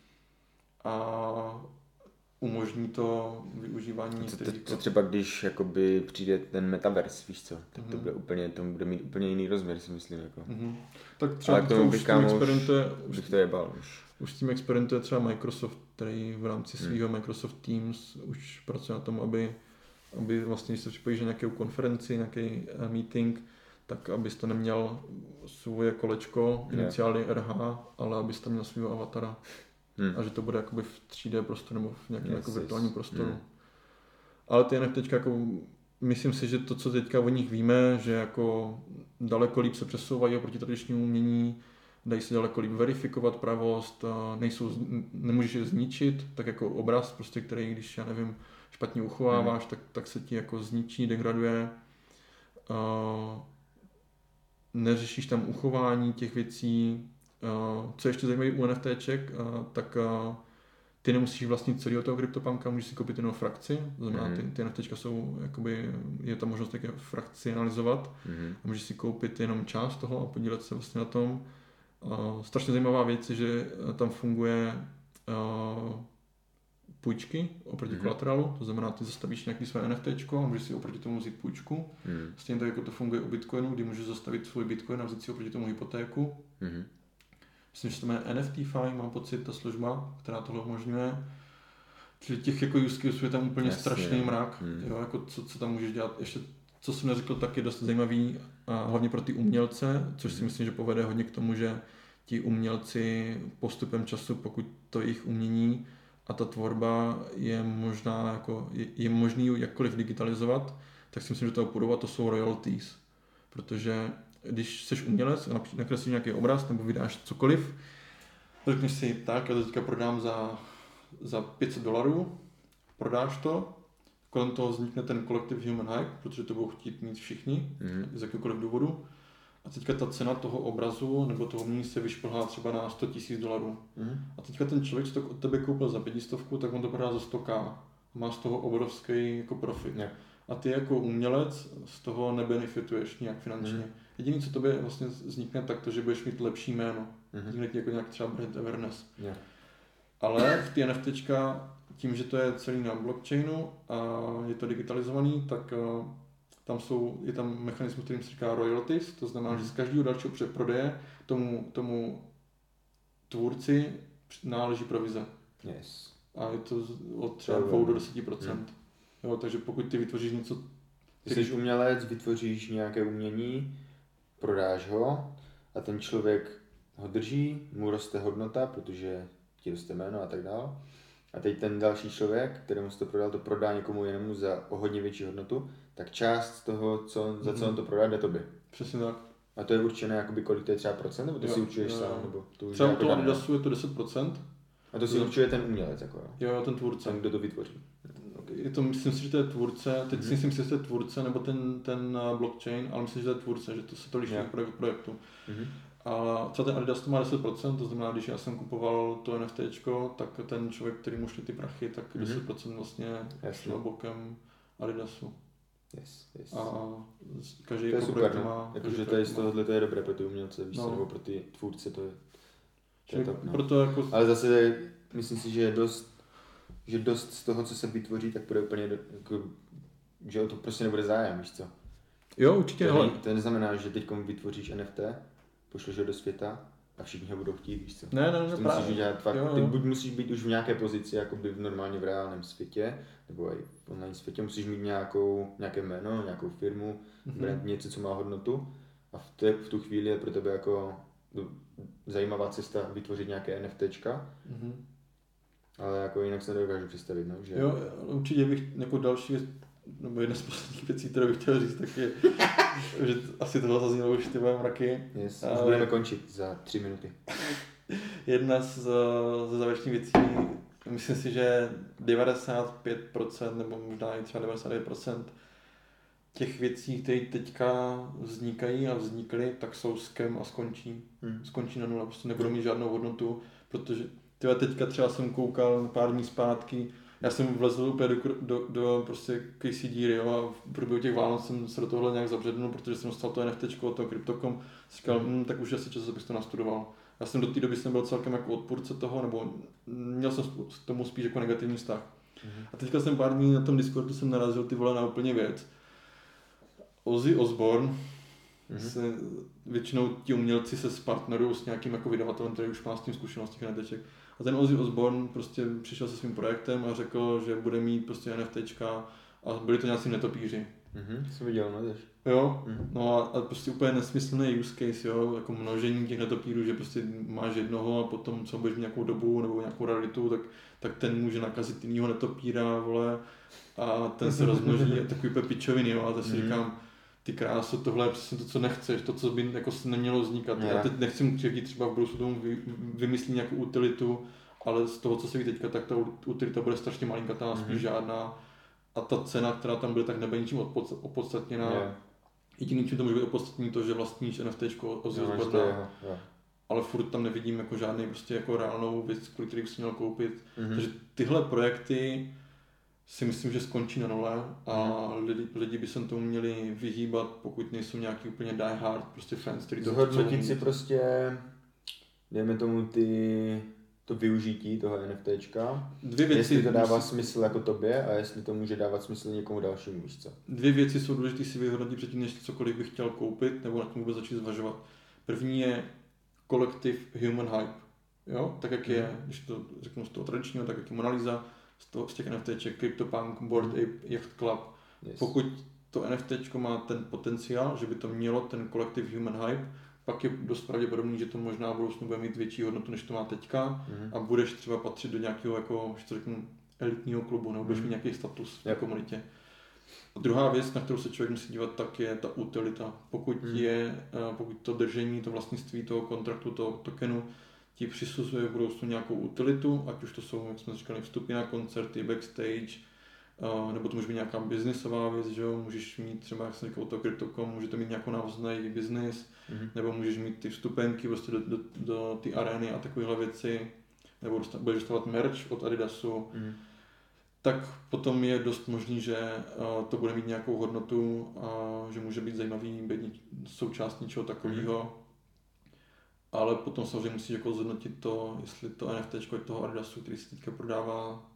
a umožní to využívání co třeba když jakoby přijde ten metaverse, víš co, tak to bude mít úplně jiný rozměr, si myslím. Jako. Tak třeba to už bych to jebal. Už s tím experimentuje třeba Microsoft, který v rámci svého Microsoft Teams už pracuje na tom, aby vlastně, když se připojíš na nějakou konferenci, nějaký meeting, tak abyste neměl svoje kolečko, iniciály RH, ale abyste měl svého avatara. A že to bude jakoby v 3D prostoru nebo v nějakém jako virtuálním prostoru. Ale ty NFTčka, jako, myslím si, že to, co teďka o nich víme, že jako daleko líp se přesouvají oproti tradičnímu umění, dají se daleko líp verifikovat pravost, nemůžeš je zničit, tak jako obraz, prostě, který, když já nevím, špatně uchováváš, tak se ti jako zničí, degraduje. Neřešíš tam uchování těch věcí. Co je ještě zajímavé u NFTček, tak ty nemusíš vlastnit celého toho CryptoPunka, můžeš si koupit jenom frakci, znamená ty NFTčka jsou, jakoby, je tam možnost také frakcionalizovat a můžeš si koupit jenom část toho a podílet se vlastně na tom. Strašně zajímavá věc je, že tam funguje půjčky oproti kolaterálu, to znamená, ty zastavíš nějaký své NFTčko a můžeš si oproti tomu vzít půjčku. Stejně tak, jako to funguje u Bitcoinu, kdy můžeš zastavit svůj Bitcoin a vzít si oproti tomu hypotéku. Myslím, že to jmenuje NFTFi, mám pocit, ta služba, která tohle umožňuje. Čili těch jako use caseů je tam úplně strašný mrak, jo, jako co tam můžeš dělat. Ještě, co jsem neřekl, tak je dost zajímavý, a hlavně pro ty umělce, což si myslím, že povede hodně k tomu, že ti umělci postupem času, pokud to jejich umění a ta tvorba je možná jako, je možný jakkoliv digitalizovat, tak si myslím, že toho půjdu a to jsou royalties. Protože když jsi umělec a nakreslíš nějaký obraz nebo vydáš cokoliv, řekneš si tak, já to teďka prodám za $500, prodáš to, kolem toho vznikne ten collective human hype, protože to budou chtít mít všichni, z jakéhokoliv důvodu. A teďka ta cena toho obrazu nebo toho umění se vyšplhá třeba na $100,000. A teďka ten člověk, co to od tebe koupil za 500, tak on to prodá za 100K. A má z toho obrovský jako profit. A ty jako umělec z toho nebenefituješ nějak finančně. Jediné, co tobě vlastně vznikne, tak to, že budeš mít lepší jméno. Vznikne ti jako nějak třeba brand awareness. Ale v ty NFTčka, tím, že to je celý na blockchainu a je to digitalizovaný, tak je tam mechanismus, kterým se říká royalties, to znamená, že z každého dalšího prodeje tomu tvůrci náleží provize. A je to od třeba 2 do 10%. Jo, takže pokud ty vytvoříš něco... Ty jsi umělec, vytvoříš nějaké umění, prodáš ho a ten člověk ho drží, mu roste hodnota, protože ti roste jméno a tak dále. A teď ten další člověk, kterému se to prodal, to prodá někomu jinému za o hodně větší hodnotu, tak část z toho, za co on to prodá, jde tobě. Přesně tak. A to je určené, jakoby, kolik to je třeba procent, nebo to si určuješ sám? Nebo to třeba u toho Adidasu je to 10%. A to si určuje ten umělec, jako jo, ten tvůrce. Ten, kdo to vytvoří. Je to, myslím si, že to je tvůrce, teď si myslím, že to je tvůrce, nebo ten blockchain, ale myslím, že to je tvůrce, že to se to liší od projektu. A třeba ten Adidas to má 10%, to znamená, když já jsem kupoval to NFTčko, tak ten člověk, který mu šli ty prachy, tak 10% vlastně šlo bokem Adidasu. A každý to je super, projekt má... Jakože to je z tohohle to je dobré pro ty umělce, víš, nebo pro ty tvůrce, to je top, no. Proto jako... Ale zase myslím si, že dost z toho, co se vytvoří, tak bude úplně, jako, že o to prostě nebude zájem, víš co. Jo, určitě, ale... To neznamená, že teď vytvoříš NFT, pošleš ho do světa a všichni ho budou chtít, víš co? Ne, Ty právě. musíš udělat fakt, Jo. ty buď musíš být už v nějaké pozici, jakoby normálně v reálném světě, nebo i v online světě, musíš mít nějaké jméno, nějakou firmu, brand, něco, co má hodnotu a v tu chvíli je pro tebe jako zajímavá cesta vytvořit nějaké NFTčka, ale jako jinak se nedokážu představit, no, že... Jo, určitě bych jako další věc, nebo jedna z posledních věcí, kterou bych chtěl říct, tak je, že asi toho zaznělo už ty mraky. Yes, už budeme končit za 3 minuty. Jedna ze závěrečných věcí, myslím si, že 95% nebo možná i třeba 99% těch věcí, které teďka vznikají a vznikly, tak jsou scam a skončí. Skončí na nule, prostě nebudou mít žádnou hodnotu, protože teďka třeba jsem koukal pár dní zpátky, já jsem vlezl úplně do prostě KCD Rio a v průběhu těch Vánoc jsem se do tohohle nějak zabřednul, protože jsem dostal to NFTčko od toho Crypto.com, říkal, tak už asi čas, abych to nastudoval. Já jsem do té doby jsem byl celkem jako odpůrce toho, nebo měl jsem k tomu spíš jako negativní vztah. A teďka jsem pár dní na tom Discordu jsem narazil ty vole na úplně věc. Ozzy Osbourne, se, většinou ti umělci se spartnerují s nějakým jako vydavatelem, který už má s tím zkušenost těch NFTček. A ten Ozzy Osbourne prostě přišel se svým projektem a řekl, že bude mít prostě NFTčka a byli to nějací netopíři. Jsem viděl, no tež. Jo, no a prostě úplně nesmyslný use case, jo, jako množení těch netopírů, že prostě máš jednoho a potom co budeš mít nějakou dobu nebo nějakou raritu, tak ten může nakazit jinýho netopíra, vole, a ten se rozmnoží a takový úplně pičoviny, jo, a to si říkám, ty kráso, tohle je přesně to, co nechceš, to, co by jako nemělo vznikat. Já teď nechci mu křivdit, třeba v budoucnu tomu vymyslí nějakou utilitu, ale z toho, co se ví teďka, tak ta utilita bude strašně malinkatá, spíš žádná. A ta cena, která tam bude, tak nebude ničím opodstatněná. Jediný, čím to může být opodstatněný, to, že vlastníš NFTčko Ozzy Osbourna. Ale furt tam nevidím jako žádný prostě jako reálnou věc, který bych si měl koupit. Takže tyhle projekty si myslím, že skončí na nule a lidi by se tomu měli vyhýbat, pokud nejsou nějaký úplně die hard prostě fans, který to zhodnotit si prostě, dejme tomu to využití toho NFTčka, jestli to dává smysl jako tobě a jestli to může dávat smysl někomu dalšímu, víš co? Dvě věci jsou důležité si vyhodnotit předtím, než cokoliv bych chtěl koupit nebo na tom vůbec začít zvažovat. První je Collective Human Hype, jo? Tak jak je, když to řeknu z toho tradičního, tak jak je Mona Lisa, z těch NFTček, CryptoPunk, Bored Ape, Yacht Club. Pokud to NFTčko má ten potenciál, že by to mělo ten Collective Human Hype, pak je dost pravděpodobný, že to možná v budoucnu bude mít větší hodnotu, než to má teďka a budeš třeba patřit do nějakého, jako, že to řeknu, elitního klubu, nebo budeš mít nějaký status v té komunitě. A druhá věc, na kterou se člověk musí dívat, tak je ta utilita. Pokud to držení, to vlastnictví toho kontraktu, toho tokenu ti přisuzuje v budoucnu nějakou utilitu, ať už to jsou, jak jsme říkali, vstupy na koncerty, backstage, nebo to může být nějaká biznisová věc, že jo? Můžeš mít třeba, jak jsem říkal, to Crypto.com, můžete mít nějakou návazný biznis, nebo můžeš mít ty vstupenky prostě do té arény a takovéhle věci, nebo budeš dostávat merch od Adidasu, tak potom je dost možný, že to bude mít nějakou hodnotu a že může být zajímavý být součást něčeho takového. Ale potom samozřejmě musíš jako zhodnotit to, jestli to NFTčko toho Adidasu, který se teďka prodává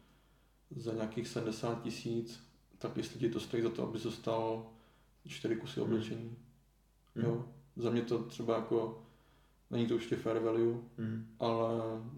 za nějakých 70 000, tak jestli ti to stojí za to, aby dostal 4 kusy oblečení. Jo? Za mě to třeba jako, není to určitě fair value, ale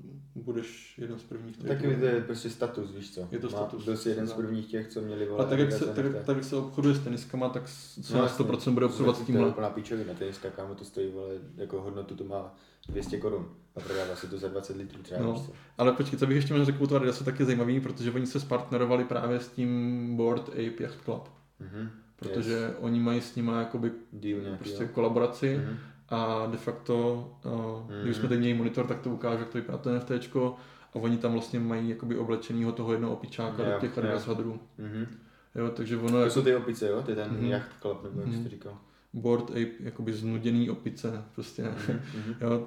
budeš jeden z prvních. Taky to je prostě status, víš co? Je to status. Byl jsi jeden z prvních těch, co měli volat. A tak jak se obchoduje s teniskama, tak se na 100% bude obchodovat s tímhle. To je úplná píčovina, teniska, kámo, to stojí, vole, jako hodnotu to má 200 korun a prodává se to za 20 litrů třeba. No, ale počkej, co bych ještě měl řekl, to Adidasu taky zajímavý, protože oni se spartnerovali právě s tím Bored Ape Yacht Club. Protože oni mají s nima jakoby prostě kolaboraci. A de facto, když jsme teď měli monitor, tak to ukáže, jak to vypadá to NFTčko a oni tam vlastně mají jakoby oblečenýho toho jednoho opičáka do těch Adidas hadrů. Jo, takže ono to jsou ty opice, jo? To je ten Yacht Club, nebo jak jsi to říkal. Bored Ape, jakoby znuděný opice, prostě. Jo,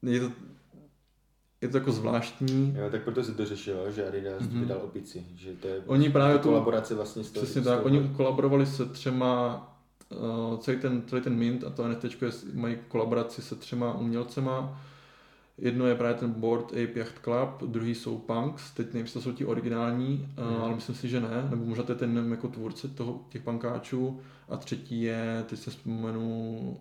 je to jako zvláštní. Jo, tak proto se to řešilo, že Adidas vydal opici, že to je oni právě kolaborace vlastně s toho. Přesně tak, oni kolaborovali se 3, celý ten mint a to NFTčko mají kolaboraci se 3 umělcema. Jedno je právě ten Bored Ape Yacht Club, druhý jsou Punks, teď nevím, jestli to jsou ti originální, ale myslím si, že ne, nebo možná to je ten jako tvůrce těch punkáčů, a třetí je, teď se vzpomenu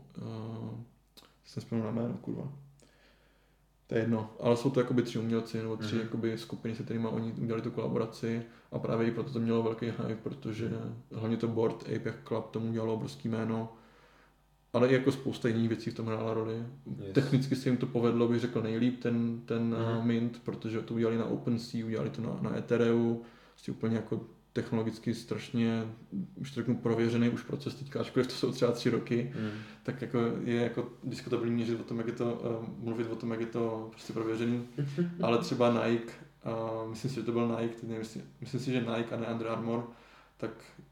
na jméno, kurva. To je jedno, ale jsou to jakoby 3 umělci nebo 3 jakoby skupiny, se kterými oni udělali tu kolaboraci, a právě i proto to mělo velký hype, protože hlavně to Bored Ape Yacht Club tomu udělalo obrovský jméno, ale i jako spousta jiných věcí v tom hrála roli. Yes. Technicky se jim to povedlo, bych řekl nejlíp, ten Mint, protože to udělali na OpenSea, udělali to na Ethereu, prostě úplně jako technologicky strašně, už to řeknu, prověřený už proces teďka, ačkoliv to jsou třeba 3 roky, tak jako je jako diskutabilní měřit o tom, jak je to, mluvit o tom, jak je to prostě prověřený, ale třeba Nike, myslím si, že to byl Nike, myslím si, že Nike a ne Under Armour, tak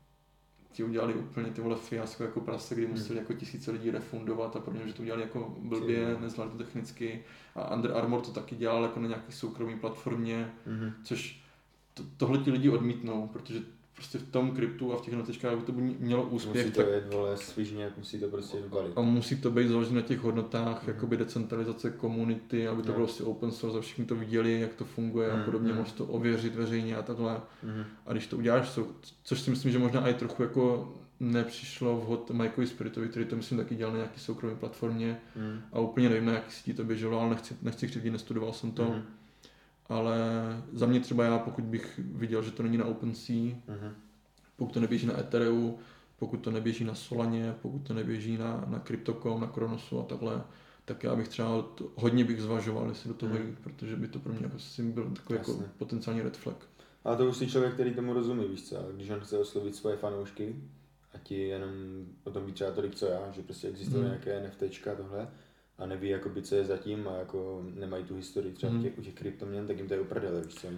ti udělali úplně ty vole fiasko jako prase, kdy museli jako tisíce lidí refundovat a podobně, že to udělali jako blbě, nezvládli to technicky, a Under Armour to taky dělal jako na nějaký soukromý platformě, což tohle ti lidi odmítnou, protože prostě v tom kryptu a v těch notečkách by to mělo úspěch. Musí to jet, vole, svižně, musí to prostě vybalit. A musí to být založené na těch hodnotách, jakoby decentralizace komunity, aby to bylo prostě open source a všichni to viděli, jak to funguje a podobně, můžeš to ověřit veřejně a takhle. A když to uděláš, což si myslím, že možná i trochu jako nepřišlo vhod Mikeovi Spiritovi, který to myslím taky dělal na nějaký soukromé platformě, a úplně nevím, na jaký sítí to běželo, ale nechci křivdit, nestudoval jsem to. Ale za mě třeba já, pokud bych viděl, že to není na OpenSea, pokud to neběží na Ethereu, pokud to neběží na Solaně, pokud to neběží na Crypto.com, na Kronosu a takhle, tak já bych třeba hodně bych zvažoval, jestli do toho jít, protože by to pro mě jako byl takový jako potenciální red flag. Ale to už si člověk, který tomu rozumí, víš co, když on chce oslovit svoje fanoušky a ti jenom o tom ví třeba tolik, co já, že prostě existuje nějaké NFTčka tohle, a neví, jakoby, co je zatím, a jako nemají tu historii třeba u těch kryptoměn, tak jim to je uprdele, víš co,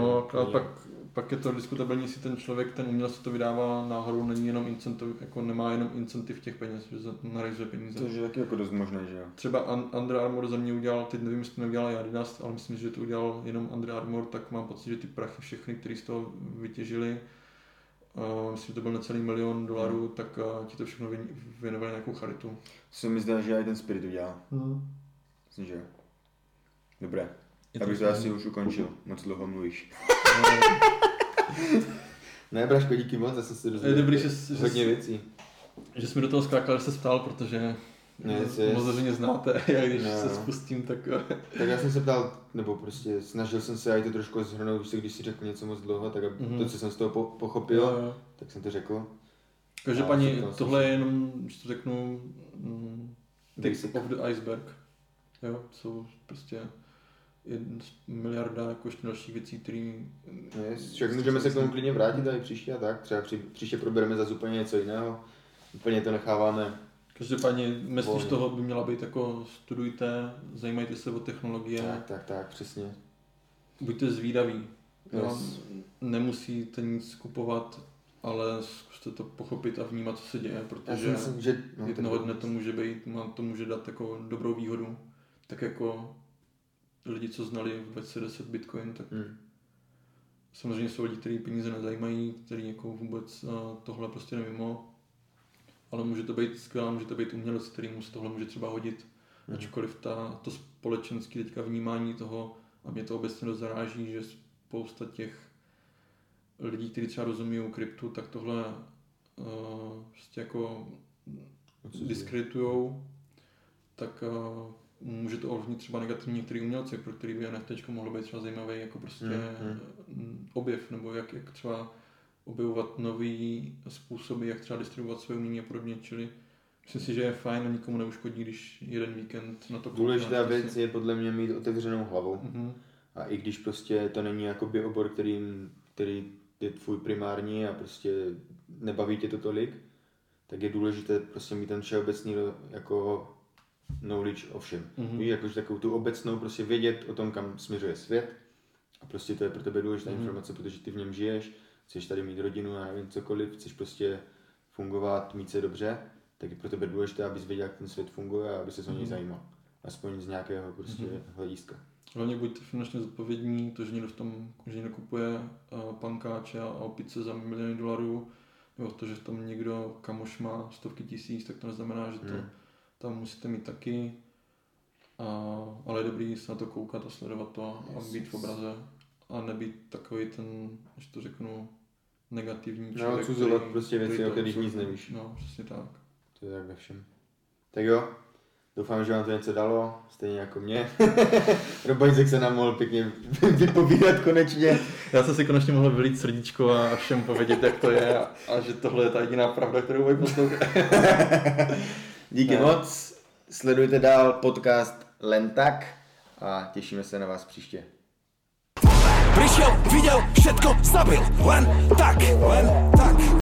pak je to diskutabilní, jestli ten člověk, ten umělec to vydává náhodou, není jenom incentiv, jako nemá jenom incentiv těch peněz, že narajzuje peníze. To je taky jako dost možné, že jo. Třeba Under Armour za mě udělal, teď nevím, jestli to neudělal Adidas, ale myslím, že to udělal jenom Under Armour, tak mám pocit, že ty prachy všechny, které z toho vytěžili, myslím, že to byl necelý $1 milion, tak ti to všechno věnovali nějakou charitu. Co mi zdá, že i ten Spirit udělal. Myslím, že jo. Dobré. Abych to asi už ukončil, moc dlouho mluvíš. Ne, Braško, díky moc, já jsem si dozvěděl hodně věcí. Že jsme do toho skákali, že se ptal, protože moc mě znáte, já když se spustím, tak... Tak já jsem se ptal, nebo prostě snažil jsem se i to trošku zhrnout, když si řekl něco moc dlouho, tak to, co jsem z toho pochopil, tak jsem to řekl. Každopádně tohle je jenom, když to řeknu, tip of the iceberg. Jo, jsou prostě miliarda jako ještě dalších věcí, které... Však můžeme se k tomu klidně vrátit tady příště a tak, třeba příště probereme zase úplně něco jiného, úplně to necháváme. Každopádně message toho by měla být jako studujte, zajímajte se o technologie. Tak, přesně. Buďte zvídaví. Nemusíte nic kupovat, ale zkuste to pochopit a vnímat, co se děje, protože myslím, že jednoho dne to může dát jako dobrou výhodu. Tak jako lidi, co znali v 2010 Bitcoin, tak samozřejmě jsou lidi, kteří peníze nezajímají, kteří jako vůbec tohle prostě nemimo. Ale může to být skvělá, může to být umělec, kterýmu se tohle může třeba hodit. Ačkoliv to společenské teďka vnímání toho, a mě to obecně dost zaráží, že spousta těch lidí, kteří třeba rozumí kryptu, tak tohle prostě jako diskreditujou, tak může to ovlivnit třeba negativně některý umělci, pro který by NFT mohlo být třeba zajímavý jako prostě objev, nebo jak třeba objevovat nový způsoby, jak třeba distribuovat své umění a podobně, čili myslím si, že je fajn a nikomu neuškodí, když jeden víkend na to koukne. Důležitá věc je podle mě mít otevřenou hlavu. A i když prostě to není jakoby obor, který je tvůj primární a prostě nebaví tě to tolik, tak je důležité prostě mít ten všeobecný jako knowledge o všem. Víš, jakože takovou tu obecnou prostě vědět o tom, kam směřuje svět, a prostě to je pro tebe důležitá informace, protože ty v něm žiješ, chceš tady mít rodinu a nevím cokoliv, chceš prostě fungovat, mít se dobře, tak je pro tebe důležité, abys věděl, jak ten svět funguje a aby se o něj zajímal. Aspoň z nějakého prostě hlediska. Hlavně buďte finančně zodpovědní, to, že někdo kupuje pankáče a opice za $1 miliony, nebo to, že tam někdo kamoš má stovky tisíc, tak to neznamená, že to tam musíte mít taky. Ale je dobrý se na to koukat a sledovat to a být v obraze a nebýt takový ten, až to řeknu, negativní člověk. No, cuzovat prostě věci, o kterých nic nevíš. No, přesně tak. To je tak ve všem. Tak jo, doufám, že vám to něco dalo, stejně jako mě. Robajzek se nám mohl pěkně vypovídat konečně. Já jsem si konečně mohl vylít srdíčko a všem povědět, jak to je a že tohle je ta jediná pravda, kterou mají poslouchat. Díky moc, sledujte dál podcast Len tak a těšíme se na vás příště. Prišiel, videl, všetko zabil. Len tak.